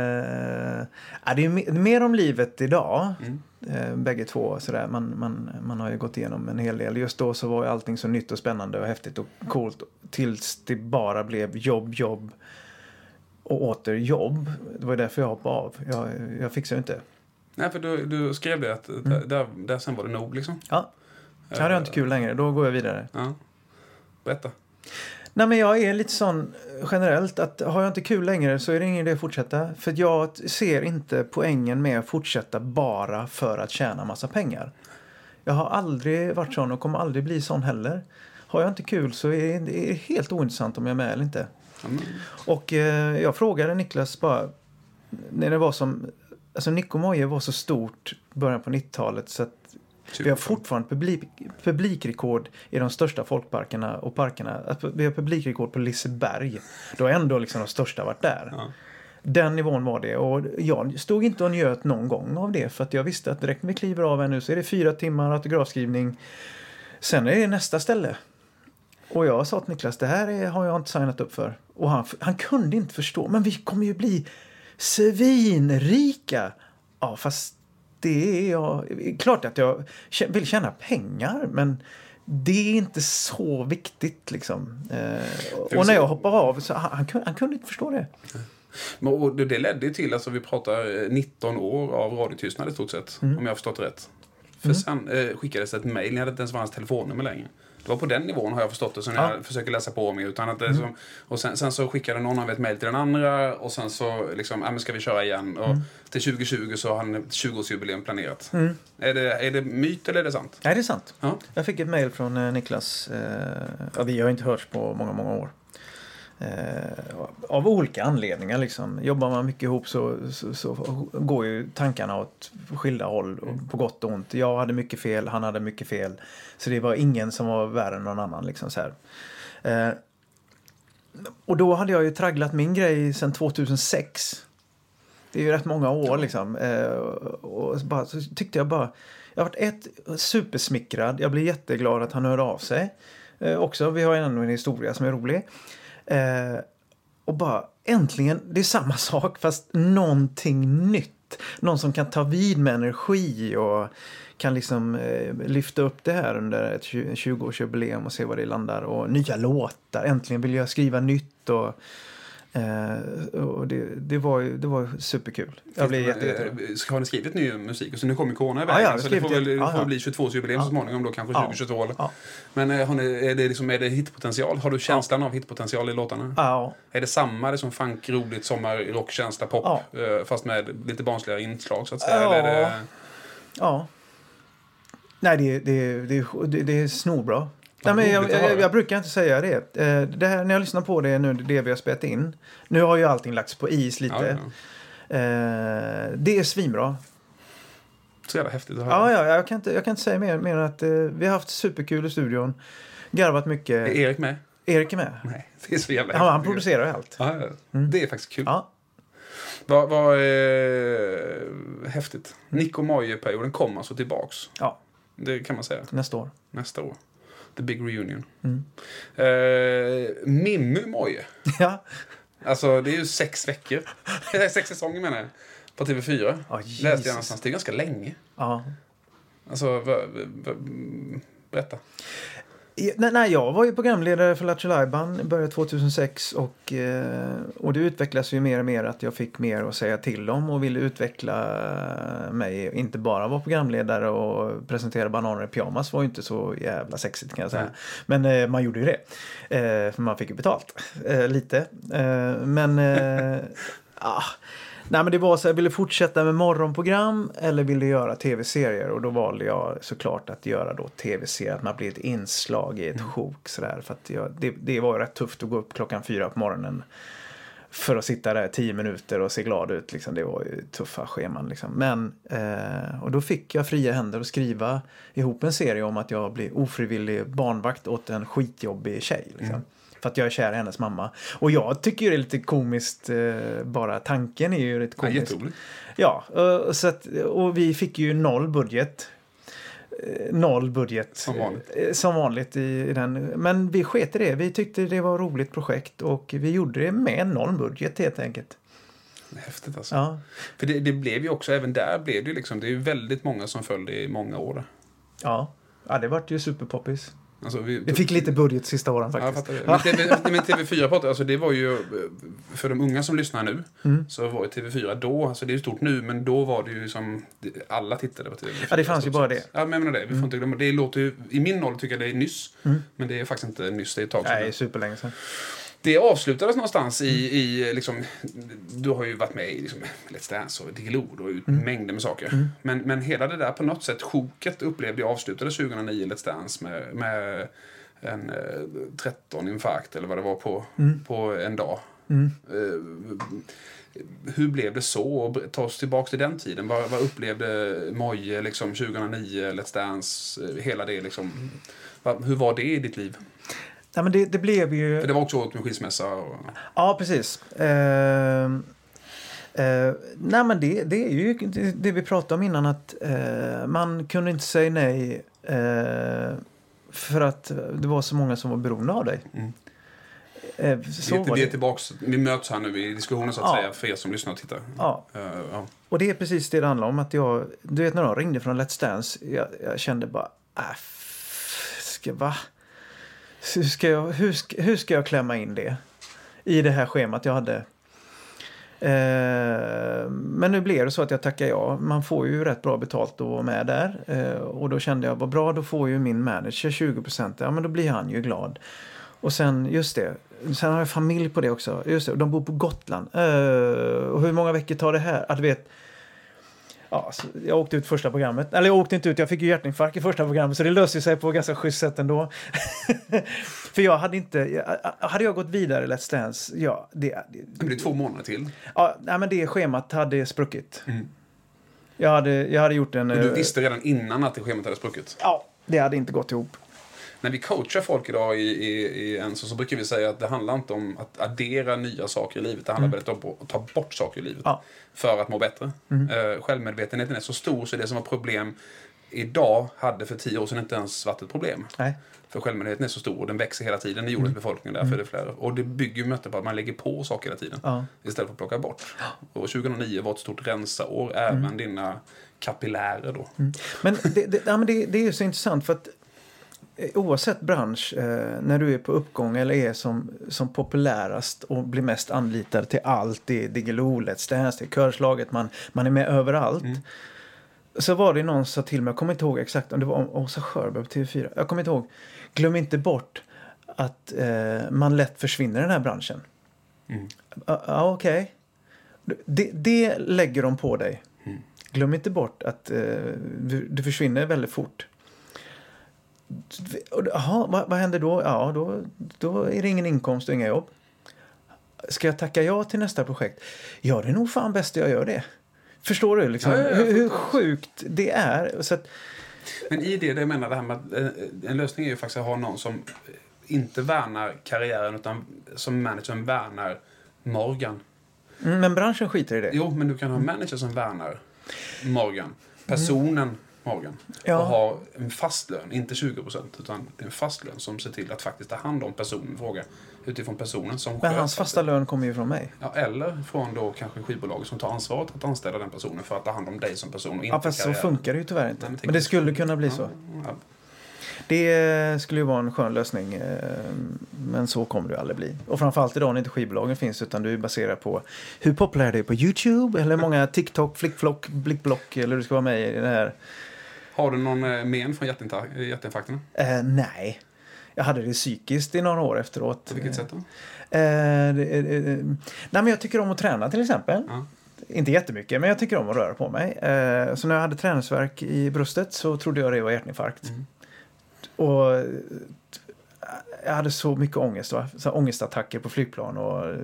[SPEAKER 2] är mer om livet idag. Bägge två. Sådär. Man har ju gått igenom en hel del. Just då så var allting så nytt och spännande och häftigt och coolt. Tills det bara blev jobb och åter jobb. Det var därför jag hoppade av. Jag fixade inte.
[SPEAKER 1] Nej, för du skrev det att där sen var det nog liksom.
[SPEAKER 2] Ja. Så hade jag inte kul längre. Då går jag vidare.
[SPEAKER 1] Ja. Berätta.
[SPEAKER 2] Nej, men jag är lite sån generellt att har jag inte kul längre så är det ingen idé att fortsätta. För jag ser inte poängen med att fortsätta bara för att tjäna massa pengar. Jag har aldrig varit sån och kommer aldrig bli sån heller. Har jag inte kul så är det helt ointressant om jag är med eller inte. Och jag frågade Niklas bara när det var som... Alltså Nicka och Moje var så stort i början på 90-talet så att vi har fortfarande publikrekord i de största folkparkerna och parkerna. Att vi har publikrekord på Liseberg. Då har ändå liksom de största varit där. Ja. Den nivån var det. Och jag stod inte och njöt någon gång av det. För att jag visste att direkt när vi kliver av här nu så är det 4 timmar autografskrivning. Sen är det nästa ställe. Och jag sa till Niklas, det här har jag inte signat upp för. Och han kunde inte förstå. Men vi kommer ju bli svinrika. Ja, fast det är jag... Klart att jag vill tjäna pengar, men det är inte så viktigt liksom. Och när jag hoppar av så han kunde inte förstå det.
[SPEAKER 1] Och det ledde till, alltså vi pratar 19 år av radiotystnad i stort sett, om jag har förstått rätt. För sen skickades ett mejl, ni hade inte ens hans telefonnummer längre. Det var på den nivån har jag förstått det, så när jag försöker läsa på mig. Utan att det som, och sen så skickade någon av ett mejl till den andra och sen så liksom, men ska vi köra igen? Och till 2020 så har han ett 20-årsjubileum planerat. Är det myt eller är det sant?
[SPEAKER 2] Nej, det är sant. Ja. Jag fick ett mejl från Niklas. Vi har inte hörts på många, många år. Av olika anledningar liksom. Jobbar man mycket ihop så går ju tankarna åt skilda håll på gott och ont. Jag hade mycket fel, han hade mycket fel, så det var ingen som var värre än någon annan liksom så här. Och då hade jag ju tragglat min grej sedan 2006. Det är ju rätt många år liksom. Och så tyckte jag bara... Jag har varit supersmickrad. Jag blir jätteglad att han hörde av sig. Också, vi har en historia som är rolig. Och bara äntligen, det är samma sak fast någonting nytt. Någon som kan ta vid med energi och kan liksom lyfta upp det här under ett 20-årsjubileum och se var det landar. Och nya låtar, äntligen vill jag skriva nytt och det var superkul. Jag blev
[SPEAKER 1] har ni skrivit ny musik? Så nu kommer corona i vägen, så det får bli 22-årsjubileum så småningom då, kanske 2022.
[SPEAKER 2] Ja.
[SPEAKER 1] Men är det hitpotential? Har du känslan av hitpotential i låtarna?
[SPEAKER 2] Ja.
[SPEAKER 1] Är det samma, det som funk, roligt, sommar, rockkänsla, pop, fast med lite barnsligare inslag så att säga?
[SPEAKER 2] Ja.
[SPEAKER 1] Eller är det...
[SPEAKER 2] Ja. Nej, det är snorbra. Nej, men jag brukar inte säga det. Det här, när jag lyssnar på det nu, det vi har spelat in. Nu har ju allting lagts på is lite. Ja. Det är svinbra.
[SPEAKER 1] Så jävla häftigt att höra.
[SPEAKER 2] Ja, jag kan inte säga mer än att vi har haft superkul i studion. Garvat mycket.
[SPEAKER 1] Är Erik med?
[SPEAKER 2] Erik är med.
[SPEAKER 1] Nej, det är så jävla häftigt.
[SPEAKER 2] Han producerar ju allt.
[SPEAKER 1] Ja, det är faktiskt kul.
[SPEAKER 2] Ja.
[SPEAKER 1] Vad häftigt. Nick och Moje-perioden kommer alltså tillbaks.
[SPEAKER 2] Ja.
[SPEAKER 1] Det kan man säga. Nästa år. The Big Reunion. Mimmu Moje.
[SPEAKER 2] Ja.
[SPEAKER 1] Alltså det är ju 6 veckor. 6 säsonger menar jag. På TV4. Läste jag någonstans. Det är ganska länge.
[SPEAKER 2] Ja.
[SPEAKER 1] Alltså, berätta.
[SPEAKER 2] Nej, jag var ju programledare för Lattjo Lajban, började 2006 och det utvecklas ju mer och mer att jag fick mer att säga till om och ville utveckla mig, inte bara vara programledare och presentera bananer i pyjamas var ju inte så jävla sexigt kan jag säga. Men man gjorde ju det, för man fick ju betalt lite. Nej, men det var så jag ville fortsätta med morgonprogram eller ville göra tv-serier och då valde jag såklart att göra då tv-serier, att man blir ett inslag i ett sjok sådär, för att det var rätt tufft att gå upp 4:00 på morgonen för att sitta där 10 minuter och se glad ut liksom. Det var ju tuffa scheman liksom. Men och då fick jag fria händer att skriva ihop en serie om att jag blir ofrivillig barnvakt åt en skitjobbig tjej liksom. För att jag är kär i hennes mamma. Och jag tycker det är lite komiskt. Bara tanken är ju lite komisk. Ja, och vi fick ju noll budget. Som vanligt i den. Men vi sket i det. Vi tyckte det var ett roligt projekt. Och vi gjorde det med noll budget helt enkelt.
[SPEAKER 1] Häftigt alltså.
[SPEAKER 2] Ja.
[SPEAKER 1] För det blev ju också, även där blev det ju liksom. Det är ju väldigt många som följde i många år.
[SPEAKER 2] Ja, det var ju superpoppis.
[SPEAKER 1] Alltså
[SPEAKER 2] vi fick lite budget sista åren faktiskt.
[SPEAKER 1] Ja, men TV4 alltså det var ju för de unga som lyssnar nu så var TV4 då, alltså det är ju stort nu, men då var det ju som alla tittade på TV4.
[SPEAKER 2] Ja, det fanns ju bara det.
[SPEAKER 1] Ja, men jag menar det, vi får inte glömma. Det låter ju, i min ålder tycker jag det är nyss, men det är faktiskt inte nyss, det är ett tag sedan.
[SPEAKER 2] Nej, superlänge sedan.
[SPEAKER 1] Det avslutades någonstans i liksom, du har ju varit med i liksom, Let's Dance och Diggiloo och mängder med saker. Men hela det där på något sätt, sjoket upplevde jag avslutades 2009 Let's Dance med en 13 infarkt eller vad det var på en dag. Hur blev det så? Ta oss tillbaka till den tiden. Vad upplevde Moje liksom 2009 Let's Dance, hela det liksom. Hur var det i ditt liv?
[SPEAKER 2] Ja, men det blev ju...
[SPEAKER 1] För det var också åt med skilsmässa. Och...
[SPEAKER 2] Ja, precis. Nej, men det är ju det vi pratade om innan, att man kunde inte säga nej för att det var så många som var beroende av dig.
[SPEAKER 1] Vi är tillbaks, vi möts här nu i diskussionen så att säga, för er som lyssnar och tittar.
[SPEAKER 2] Ja. Och det är precis det handlar om, att du vet när de ringde från Let's Dance, jag kände bara hur ska jag klämma in det i det här schemat jag hade. Men nu blev det så att jag tackar ja. Man får ju rätt bra betalt att vara med där. Och då kände jag, vad bra, då får ju min manager 20%. Ja, men då blir han ju glad. Och sen, just det. Sen har jag familj på det också. Just det, de bor på Gotland. Och hur många veckor tar det här? Att du vet... Ja, jag åkte ut första programmet. Eller jag åkte inte ut, jag fick ju hjärtinfarkt i första programmet. Så det löste sig på ganska schysst sätt ändå. För jag hade inte... Hade jag gått vidare i Let's Dance... Ja, det
[SPEAKER 1] blir 2 månader till.
[SPEAKER 2] Ja, nej, men det schemat hade spruckit. Jag hade gjort en...
[SPEAKER 1] Och du visste redan innan att det schemat hade spruckit?
[SPEAKER 2] Ja, det hade inte gått ihop.
[SPEAKER 1] När vi coachar folk idag i en så brukar vi säga att det handlar inte om att addera nya saker i livet. Det handlar väldigt om att ta bort saker i livet för att må bättre. Självmedvetenheten är så stor så det som var problem idag hade för 10 år sedan inte ens varit ett problem.
[SPEAKER 2] Nej.
[SPEAKER 1] För självmedvetenheten är så stor och den växer hela tiden i jordens befolkning. Därför är det flera. Och det bygger ju på att man lägger på saker hela tiden. Istället för att plocka bort. Och 2009 var ett stort rensaår. Även dina kapillärer då.
[SPEAKER 2] Men det är ju så intressant för att oavsett bransch, när du är på uppgång eller är som populärast och blir mest anlitad till allt, det är Diggiloo, Let's Dance, det är körslaget, man är med överallt. Så var det någon som sa till mig, jag kommer inte ihåg exakt om det var Åsa Sjöberg på TV4. Jag kommer inte ihåg. Glöm inte bort att man lätt försvinner i den här branschen. Okej. Det lägger de på dig. Glöm inte bort att du försvinner väldigt fort. Jaha, vad händer då? Ja, då är det ingen inkomst och inga jobb. Ska jag tacka ja till nästa projekt? Ja, det är nog fan bäst jag gör det. Förstår du liksom hur sjukt det är? Så att,
[SPEAKER 1] men i det jag menar det här med att en lösning är ju faktiskt att ha någon som inte värnar karriären utan som managern värnar Morgan.
[SPEAKER 2] Men branschen skiter i det.
[SPEAKER 1] Jo, men du kan ha en manager som värnar Morgan. Personen Morgan.
[SPEAKER 2] Ja.
[SPEAKER 1] Och ha en fast lön, inte 20%, utan det är en fast lön som ser till att faktiskt ta hand om personen i fråga. Utifrån personen som
[SPEAKER 2] men hans fasta lön kommer ju från mig.
[SPEAKER 1] Ja, eller från då kanske skivbolaget som tar ansvaret att anställa den personen för att ta hand om dig som person och inte
[SPEAKER 2] fast så funkar det ju tyvärr inte. Men det skulle kunna bli så.
[SPEAKER 1] Ja.
[SPEAKER 2] Det skulle ju vara en skön lösning, men så kommer det ju aldrig bli. Och framförallt idag när inte skivbolagen finns utan du är baserad på hur populär det är på YouTube eller många TikTok, Flickflock, Blickblock eller du ska vara med i det här. Har
[SPEAKER 1] du någon men från hjärtinfarkten?
[SPEAKER 2] Nej. Jag hade det psykiskt i några år efteråt.
[SPEAKER 1] På vilket sätt då?
[SPEAKER 2] Nej, men jag tycker om att träna till exempel. Ja. Inte jättemycket, men jag tycker om att röra på mig. Så när jag hade träningsvärk i bröstet så trodde jag det var hjärtinfarkt. Och jag hade så mycket ångest, så ångestattacker på flygplan och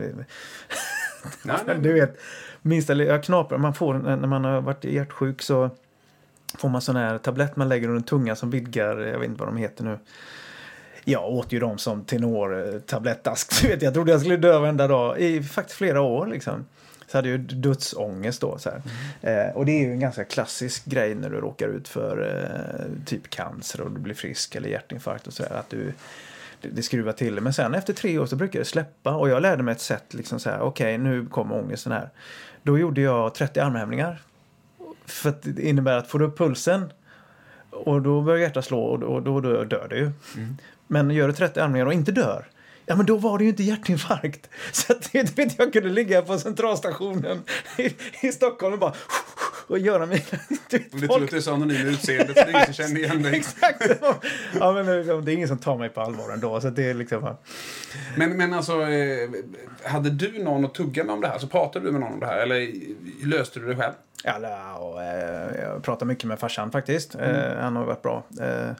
[SPEAKER 2] du vet, minst eller jag knaprar, man får när man har varit hjärtsjuk så får man sån här tablett man lägger under tungan som vidgar, jag vet inte vad de heter nu. Jag åt ju dem som tenor-tablettask. Jag trodde jag skulle dö varenda dag i faktiskt flera år liksom. Så hade jag ju dödsångest då. Så här. Och det är ju en ganska klassisk grej när du råkar ut för typ cancer och du blir frisk eller hjärtinfarkt och sådär. Att det skruvar till. Men sen efter 3 år så brukar det släppa. Och jag lärde mig ett sätt liksom så här. Okej, nu kommer ångesten här. Då gjorde jag 30 armhävningar. För att det innebär att får du upp pulsen och då börjar hjärtat slå och då dör det ju. Men gör du 30 armhävningar och inte dör, ja men då var det ju inte hjärtinfarkt. Så att jag kunde ligga på centralstationen i Stockholm och bara och göra mig.
[SPEAKER 1] Du tror att det är så anonym utseende så det är ingen som känner igen dig.
[SPEAKER 2] Exakt. Ja men det är ingen som tar mig på allvar ändå så det är liksom.
[SPEAKER 1] Men alltså hade du någon att tugga med om det här så pratade du med någon om det här eller löste du det själv?
[SPEAKER 2] Ja, jag pratar mycket med farsan faktiskt. Han har varit bra.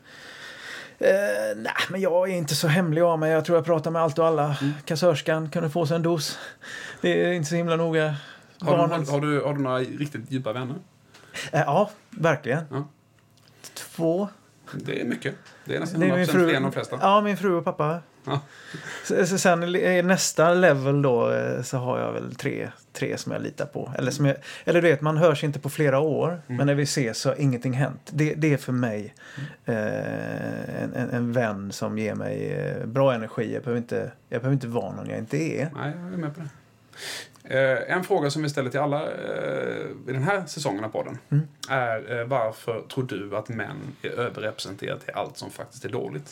[SPEAKER 2] Nej, men jag är inte så hemlig av mig. Jag tror jag pratar med allt och alla. Kassörskan kunde få sig en dos. Det är inte så himla noga.
[SPEAKER 1] Har du några riktigt djupa vänner?
[SPEAKER 2] Ja, verkligen.
[SPEAKER 1] Ja.
[SPEAKER 2] 2.
[SPEAKER 1] Det är mycket. Det är nästan 100% fler än de flesta.
[SPEAKER 2] Ja, min fru och pappa.
[SPEAKER 1] Ja.
[SPEAKER 2] Sen i nästa level då så har jag väl tre som jag litar på. Eller du vet, man hörs inte på flera år. Men när vi ses så har ingenting hänt. Det är för mig en vän som ger mig bra energi. Jag behöver inte vara någon jag inte är.
[SPEAKER 1] Nej, jag är med på det. En fråga som vi ställer till alla i den här säsongen av podden är varför tror du att män är överrepresenterade i allt som faktiskt är dåligt?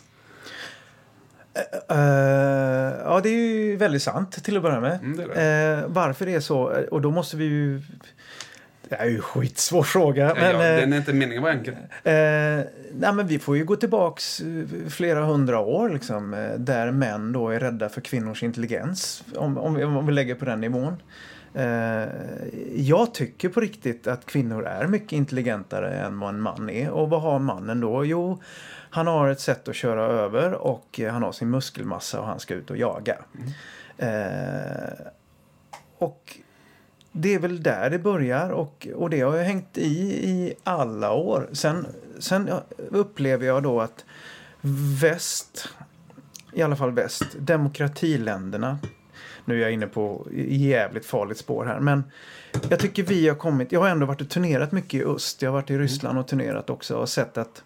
[SPEAKER 2] Ja, det är ju väldigt sant till att börja med. Varför det är så? Och då måste vi ju... Det är ju en skitsvår fråga. Men,
[SPEAKER 1] den är inte meningen var enkel.
[SPEAKER 2] Nej, men vi får ju gå tillbaks flera 100 år liksom, där män då är rädda för kvinnors intelligens. Om vi lägger på den nivån. Jag tycker på riktigt att kvinnor är mycket intelligentare än vad en man är. Och vad har mannen då? Jo, han har ett sätt att köra över och han har sin muskelmassa och han ska ut och jaga. Och det är väl där det börjar och det har jag hängt i alla år. Sen upplever jag då att väst, i alla fall väst, demokratiländerna, nu är jag inne på jävligt farligt spår här, men jag tycker vi har kommit, jag har ändå varit och turnerat mycket i öst, jag har varit i Ryssland och turnerat också och sett att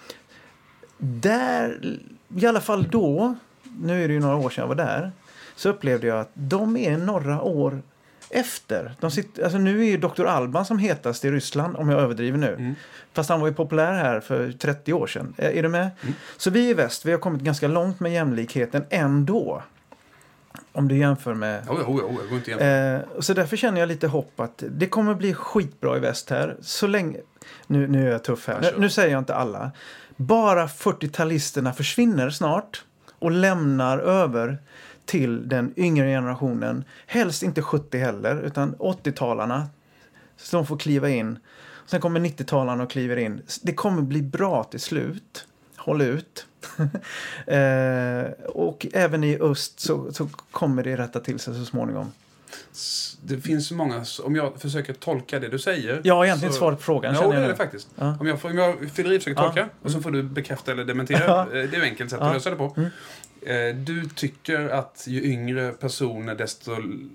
[SPEAKER 2] där, i alla fall då, nu är det ju några år sedan jag var där, så upplevde jag att de är några år efter. Alltså nu är ju Dr. Alban som hetast i Ryssland, om jag överdriver nu. Fast han var ju populär här för 30 år sedan. Är du med? Så vi i väst, vi har kommit ganska långt med jämlikheten ändå. Om du jämför med...
[SPEAKER 1] Jag går inte jämför.
[SPEAKER 2] Så därför känner jag lite hopp att det kommer bli skitbra i väst här. Så länge... Nu är jag tuff här. Nu säger jag inte alla. Bara 40-talisterna försvinner snart och lämnar över till den yngre generationen. Helst inte 70 heller, utan 80-talarna. Så de får kliva in. Sen kommer 90-talarna och kliver in. Det kommer bli bra till slut. Håll ut. Och även i öst så kommer det rätta till sig så småningom.
[SPEAKER 1] Det finns många, om jag försöker tolka det du säger.
[SPEAKER 2] Jag har egentligen inte svarat på frågan.
[SPEAKER 1] Ja, det är det faktiskt. Ja. Om jag fyller i försöker tolka och så får du bekräfta eller dementera. Det är ett enkelt sätt att lösa det på. Du tycker att ju yngre personer desto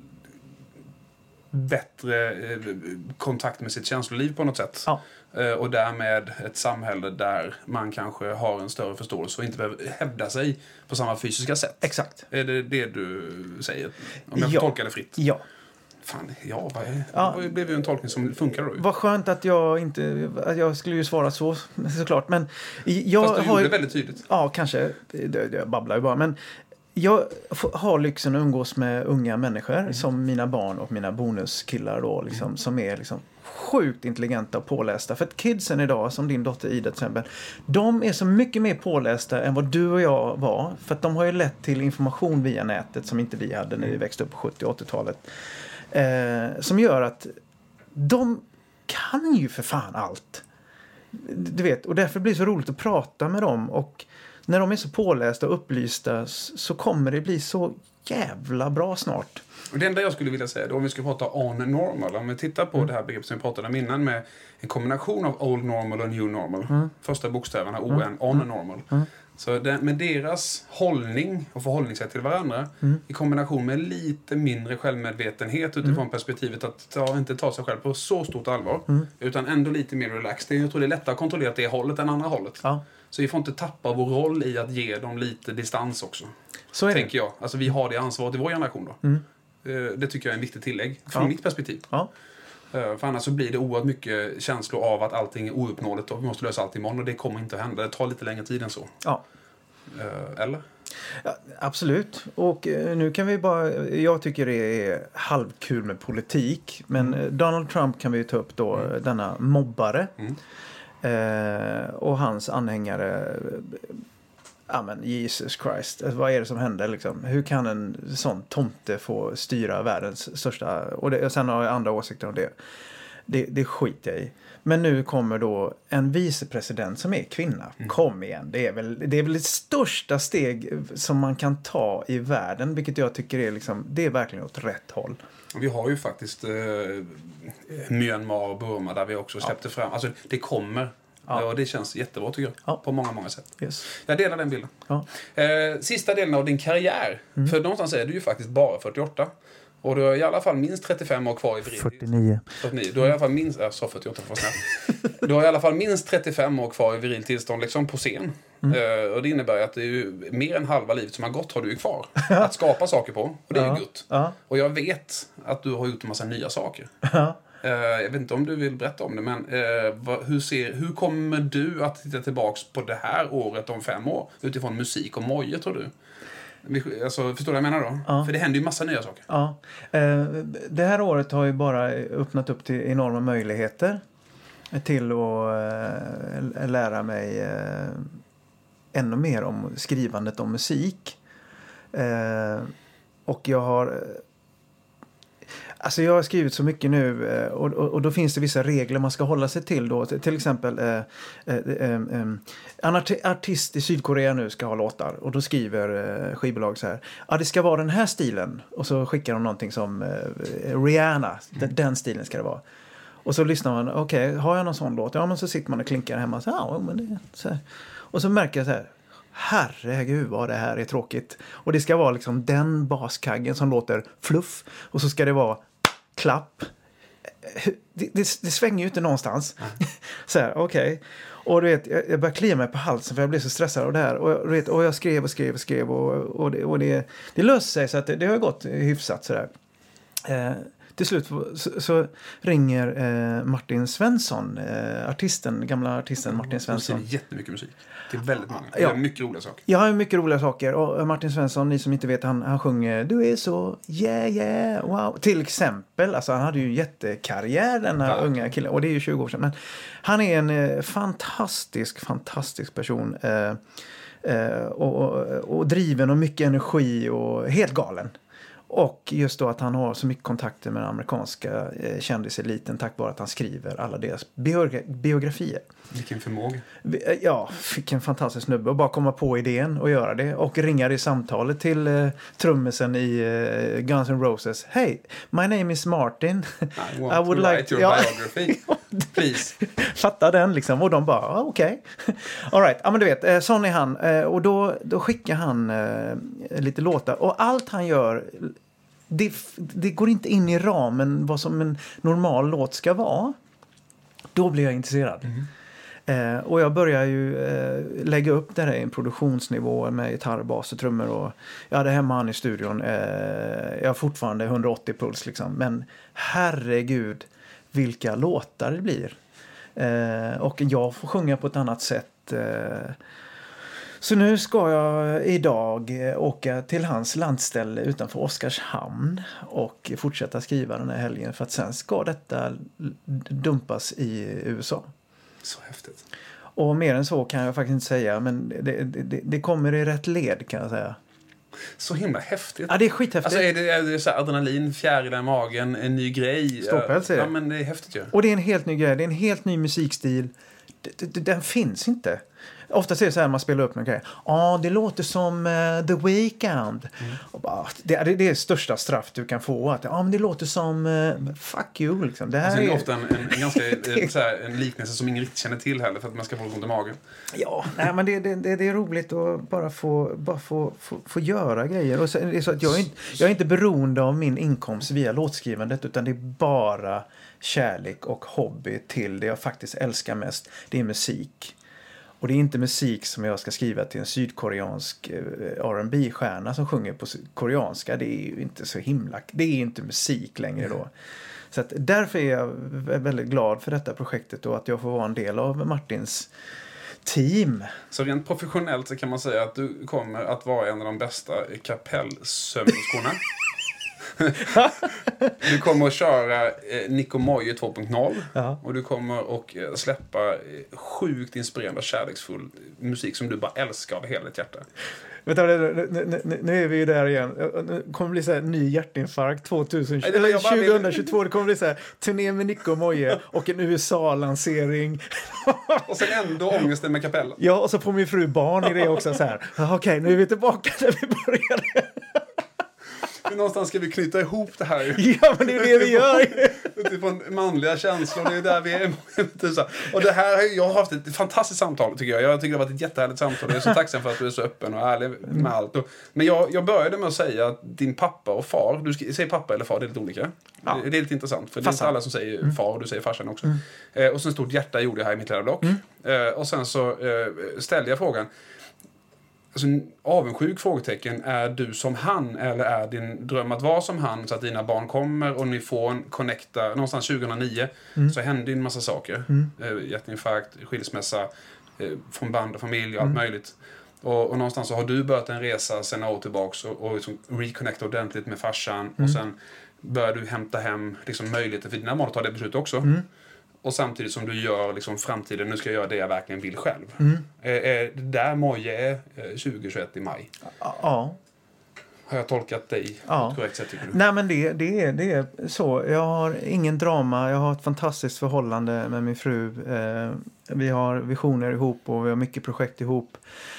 [SPEAKER 1] bättre kontakt med sitt känsloliv på något sätt. Ja. Och därmed ett samhälle där man kanske har en större förståelse och inte behöver hävda sig på samma fysiska sätt. Exakt. Är det det du säger? Om jag får tolka det fritt.
[SPEAKER 2] Ja.
[SPEAKER 1] Fan, det blev ju en tolkning som funkar då.
[SPEAKER 2] Vad skönt att jag skulle ju svara så, såklart. Men
[SPEAKER 1] fast du gjorde det väldigt tydligt.
[SPEAKER 2] Ja, kanske. Jag babblar ju bara. Men jag har lyxen att umgås med unga människor som mina barn och mina bonuskillar då, liksom, som är liksom sjukt intelligenta och pålästa. För att kidsen idag, som din dotter Ida till exempel, de är så mycket mer pålästa än vad du och jag var. För att de har ju lett till information via nätet som inte vi hade när vi växte upp på 70- och 80-talet. Som gör att de kan ju för fan allt. Du vet, och därför blir det så roligt att prata med dem. Och när de är så pålästa och upplysta så kommer det bli så jävla bra snart.
[SPEAKER 1] Och det enda jag skulle vilja säga då, om vi ska prata on normal, om vi tittar på det här begreppet som vi pratade om innan med en kombination av old normal och new normal. Första bokstäverna on normal. Så med deras hållning och förhållningssätt till varandra i kombination med lite mindre självmedvetenhet utifrån perspektivet att inte ta sig själv på så stort allvar utan ändå lite mer relaxed. Jag tror det är lättare att kontrollera det hållet än andra hållet. Ja. Så vi får inte tappa vår roll i att ge dem lite distans också. Så är tänker jag. Alltså vi har det ansvaret i vår generation då. Det tycker jag är en viktig tillägg från mitt perspektiv. Ja. För annars så blir det oerhört mycket känslor av att allting är ouppnåeligt och vi måste lösa allt imorgon och det kommer inte att hända. Det tar lite längre tid än så. Ja. Eller?
[SPEAKER 2] Ja, absolut. Och nu kan vi jag tycker det är halvkul med politik. Men Donald Trump kan vi ju ta upp då, denna mobbare. Och hans anhängare. Men Jesus Christ. Vad är det som händer liksom? Hur kan en sån tomte få styra världens största... Och sen har jag andra åsikter om det. Det skiter jag i. Men nu kommer då en vicepresident som är kvinna. Kom igen. Det är väl det största steg som man kan ta i världen. Vilket jag tycker är liksom... Det är verkligen åt rätt håll.
[SPEAKER 1] Vi har ju faktiskt Myanmar och Burma där vi också släppte fram. Alltså det kommer... Ja. Och det känns jättebra tycker jag. Ja. På många sätt. Yes. Jag delar den bilden. Ja. Sista delen av din karriär. För någonstans är du ju faktiskt bara 48. Och du har i alla fall minst 35 år kvar i viril.
[SPEAKER 2] 49.
[SPEAKER 1] Du har i alla fall minst... Jag sa 48 för snabbt. Du har i alla fall minst 35 år kvar i viril tillstånd liksom på scen. Och det innebär att det är ju mer än halva livet som har gått har du ju kvar. Att skapa saker på. Och det är ju gott. Och jag vet att du har gjort en massa nya saker. Jag vet inte om du vill berätta om det, men hur kommer du att titta tillbaks på det här året om 5 år utifrån musik och moje, tror du? Alltså, förstår du vad jag menar då? Ja. För det händer ju massa nya saker.
[SPEAKER 2] Ja. Det här året har ju bara öppnat upp till enorma möjligheter till att lära mig ännu mer om skrivandet om musik. Och jag har... Alltså jag har skrivit så mycket nu och då finns det vissa regler man ska hålla sig till då. Till exempel en artist i Sydkorea nu ska ha låtar och då skriver skivbolag så här: ja, det ska vara den här stilen, och så skickar de någonting som Rihanna, den stilen ska det vara. Och så lyssnar man, okej, har jag någon sån låt? Ja, men så sitter man och klinkar hemma så här, ja, men det är så här. Och så märker jag så här, herregud vad det här är tråkigt. Och det ska vara liksom den baskaggen som låter fluff. Och så ska det vara klapp. Det svänger ju inte någonstans. Så här, okej. Och du vet, jag började klia mig på halsen för jag blev så stressad av det här. Och, du vet, och jag skrev och det löste sig så att det har gått hyfsat sådär. Till slut så ringer Martin Svensson, gamla artisten Martin Svensson.
[SPEAKER 1] Det är jättemycket musik. Det är väldigt många. Det är mycket roliga saker.
[SPEAKER 2] Jag har mycket roliga saker. Och Martin Svensson, ni som inte vet, han sjunger Du är så, yeah, wow. Till exempel, alltså han hade ju en jättekarriär, den här unga killen. Och det är ju 20 år sedan. Men han är en fantastisk person. Och driven och mycket energi och helt galen. Och just då att han har så mycket kontakter med den amerikanska kändiseliten tack vare att han skriver alla deras biografier.
[SPEAKER 1] Vilken förmåga.
[SPEAKER 2] Ja, vilken fantastisk snubbe. Och bara komma på idén och göra det. Och ringa i samtalet till trummisen i Guns N' Roses. Hey, my name is Martin.
[SPEAKER 1] I would like your biography. Please.
[SPEAKER 2] Fatta den liksom. Och de bara, okej. All right. Ja, men du vet, sån är han. Och då skickar han lite låtar. Och allt han gör, det går inte in i ramen vad som en normal låt ska vara. Då blir jag intresserad. Och jag börjar ju lägga upp det här i en produktionsnivå med gitarr, bas och trummor. Och jag hade hemma han i studion. Jag har fortfarande 180 puls liksom. Men herregud, vilka låtar det blir. Och jag får sjunga på ett annat sätt. Så nu ska jag idag åka till hans landställe utanför Oskarshamn och fortsätta skriva den här helgen. För att sen ska detta dumpas i USA.
[SPEAKER 1] Så häftigt.
[SPEAKER 2] Och mer än så kan jag faktiskt inte säga. Men det kommer i rätt led, kan jag säga.
[SPEAKER 1] Så himla häftigt.
[SPEAKER 2] Ja, det är skithäftigt.
[SPEAKER 1] Alltså är det så här adrenalin, fjärilar i magen, en ny grej.
[SPEAKER 2] Ståpäls är det.
[SPEAKER 1] Ja, men det är häftigt ju.
[SPEAKER 2] Och det är en helt ny grej. Det är en helt ny musikstil. Den finns inte. Ofta är det så här man spelar upp med grejer. Det låter som The Weeknd. Och bara, det är det största straff du kan få. Att, men det låter som fuck you. Liksom. Det här
[SPEAKER 1] är ofta en ganska en liknelse som ingen riktigt känner till heller för att man ska få ont i magen.
[SPEAKER 2] Ja, nej, men det är roligt att bara få göra grejer. Och så är det så att jag är inte beroende av min inkomst via låtskrivandet, utan det är bara kärlek och hobby till det jag faktiskt älskar mest. Det är musik. Och det är inte musik som jag ska skriva till en sydkoreansk R&B-stjärna som sjunger på koreanska. Det är ju inte så himla... Det är inte musik längre då. Så att därför är jag väldigt glad för detta projektet och att jag får vara en del av Martins team.
[SPEAKER 1] Så rent professionellt så kan man säga att du kommer att vara en av de bästa kapellsömmerskorna. Du kommer att köra Nico Moje 2.0 och du kommer att släppa sjukt inspirerande, kärleksfull musik som du bara älskar av hela ditt hjärta.
[SPEAKER 2] Nu är vi ju där igen. Det kommer bli så här ny hjärtinfarkt 2022. Det kommer bli så här turné med Nico Moje och en USA-lansering.
[SPEAKER 1] Och sen ändå ångesten med kapellen.
[SPEAKER 2] Ja, och så får min fru barn i det också så här. Okej, nu är vi tillbaka där vi började.
[SPEAKER 1] Men någonstans ska vi knyta ihop det här.
[SPEAKER 2] Ja, men det är det vi gör.
[SPEAKER 1] Utifrån manliga känslor, det är där vi är. Och det här, jag har haft ett fantastiskt samtal tycker jag. Jag tycker det har varit ett jättehärligt samtal. Jag är så tacksam för att du är så öppen och ärlig med allt. Men jag började med att säga att din pappa och far, du säger pappa eller far, det är lite olika. Ja. Det är lite intressant, för det är inte alla som säger far, och du säger farsan också. Och så en stort hjärta gjorde jag här i mitt lilla block. Och sen så ställde jag frågan. Alltså, avundsjuk frågetecken, är du som han eller är din dröm att vara som han så att dina barn kommer och ni får en connecta någonstans 2009 så hände en massa saker. Hjärtinfarkt, skilsmässa från band och familj och allt möjligt. Och någonstans så har du börjat en resa sen år tillbaks och liksom reconnecta ordentligt med farsan och sen börjar du hämta hem liksom möjligheter för dina barn att ta det beslutet också. Och samtidigt som du gör liksom framtiden, nu ska jag göra det jag verkligen vill själv. Det där Moje är 2021 i maj.
[SPEAKER 2] Ja.
[SPEAKER 1] Har jag tolkat dig på ett korrekt sätt, tycker du?
[SPEAKER 2] Nej, men det är så. Jag har ingen drama. Jag har ett fantastiskt förhållande med min fru. Vi har visioner ihop och vi har mycket projekt ihop.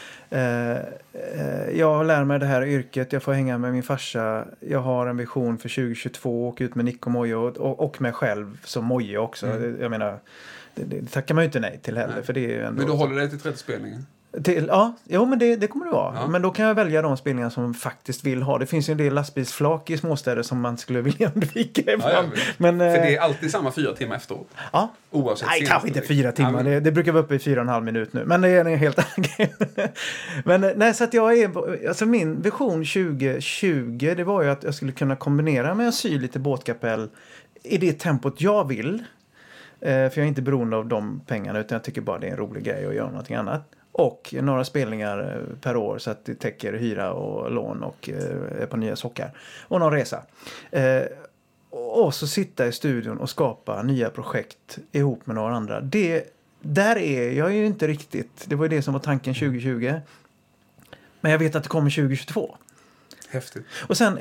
[SPEAKER 2] Jag lär mig det här yrket. Jag får hänga med min farsa. Jag har en vision för 2022. Åka ut med Nico Moje och mig själv som Moje också. Jag menar, det tackar man ju inte nej till heller. För det är ju ändå...
[SPEAKER 1] Men du håller dig till 30-spelningen?
[SPEAKER 2] Men det kommer det vara. Ja. Men då kan jag välja de spelningar som faktiskt vill ha. Det finns ju en del lastbilsflak i småstäder som man skulle vilja undvika.
[SPEAKER 1] Men, för det är alltid samma 4 timmar efteråt.
[SPEAKER 2] Ja.
[SPEAKER 1] Oavsett.
[SPEAKER 2] Nej, kanske inte 4 timmar. Ja, det brukar vara uppe i 4,5 minut nu. Men det är en helt annan grej. Men nej, så att jag är... Alltså min vision 2020, det var ju att jag skulle kunna kombinera med att sy lite båtkapell i det tempot jag vill. För jag är inte beroende av de pengarna, utan jag tycker bara det är en rolig grej att göra någonting annat. Och några spelningar per år så att det täcker hyra och lån och på nya sockar. Och någon resa. Och så sitta i studion och skapa nya projekt ihop med några andra. Där är jag ju inte riktigt. Det var ju det som var tanken 2020. Men jag vet att det kommer 2022.
[SPEAKER 1] Häftigt.
[SPEAKER 2] Och sen,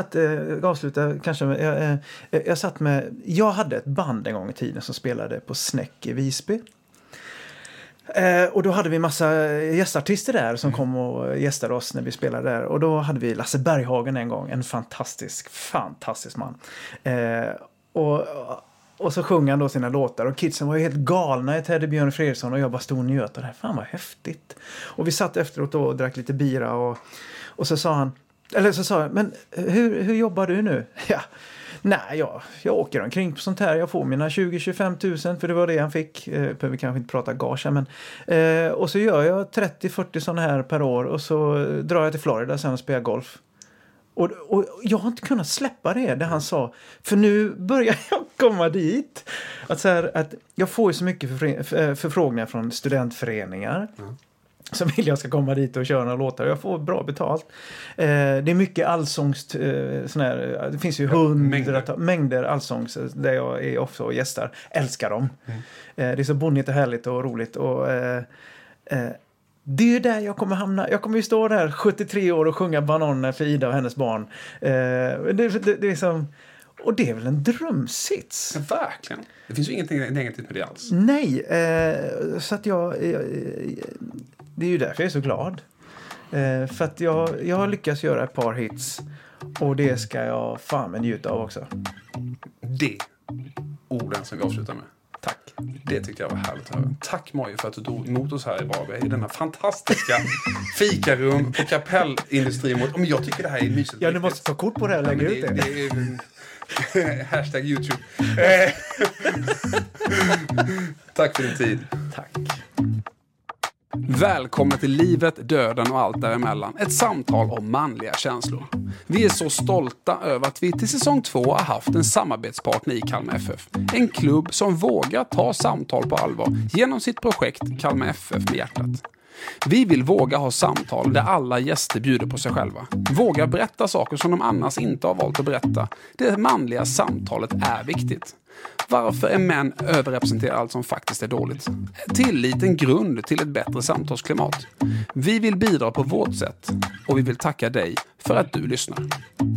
[SPEAKER 2] jag hade ett band en gång i tiden som spelade på Snäck i Visby. Och då hade vi massa gästartister där som kom och gästade oss när vi spelade där. Och då hade vi Lasse Berghagen en gång. En fantastisk man. Och så sjöng han då sina låtar. Och kidsen var ju helt galna i Teddy Björn Fredriksson. Och jag bara stod och njöt av det här. Fan vad häftigt. Och vi satt efteråt och drack lite bira. Och så sa han, men hur jobbar du nu? Ja. Nej, jag åker omkring på sånt här. Jag får mina 20-25 000, för det var det han fick. Behöver kanske inte prata gage, men... och så gör jag 30-40 såna här per år. Och så drar jag till Florida sen och spelar golf. Och jag har inte kunnat släppa det han sa. För nu börjar jag komma dit. Att jag får ju så mycket förfrågningar från studentföreningar. Mm. Som vill jag ska komma dit och köra några låtar. Jag får bra betalt. Det är mycket allsångs... det finns ju mängder allsångs där jag är ofta och gästar. Älskar dem. Mm. Det är så bonnigt och härligt och roligt. Och det är ju där jag kommer hamna. Jag kommer ju stå där 73 år och sjunga Bananer för Ida och hennes barn. Det är som... Och det är väl en drömsits.
[SPEAKER 1] Ja, verkligen. Det finns ju ingenting negativt med det alls.
[SPEAKER 2] Nej, så att jag det är ju därför jag är så glad. För att jag har lyckats göra ett par hits. Och det ska jag fan med njuta av också.
[SPEAKER 1] Det orden som vi avslutar med. Tack. Det tyckte jag var härligt att höra. Tack Moj för att du tog emot oss här i Varberg i denna fantastiska fikarum på Kapellindustrin. Men jag tycker det här är mysigt.
[SPEAKER 2] Ja, du måste ta kort på det här och lägga ut
[SPEAKER 1] det. Hashtag YouTube. Tack för din tid.
[SPEAKER 2] Tack.
[SPEAKER 1] Välkommen till livet, döden och allt däremellan. Ett samtal om manliga känslor. Vi är så stolta över att vi till säsong 2 har haft en samarbetspartner i Kalmar FF. En klubb som vågar ta samtal på allvar genom sitt projekt Kalmar FF med hjärtat. Vi vill våga ha samtal där alla gäster bjuder på sig själva. Våga berätta saker som de annars inte har valt att berätta. Det manliga samtalet är viktigt. Varför är män överrepresenterar allt som faktiskt är dåligt? Tillit en grund till ett bättre samtalsklimat. Vi vill bidra på vårt sätt och vi vill tacka dig för att du lyssnar.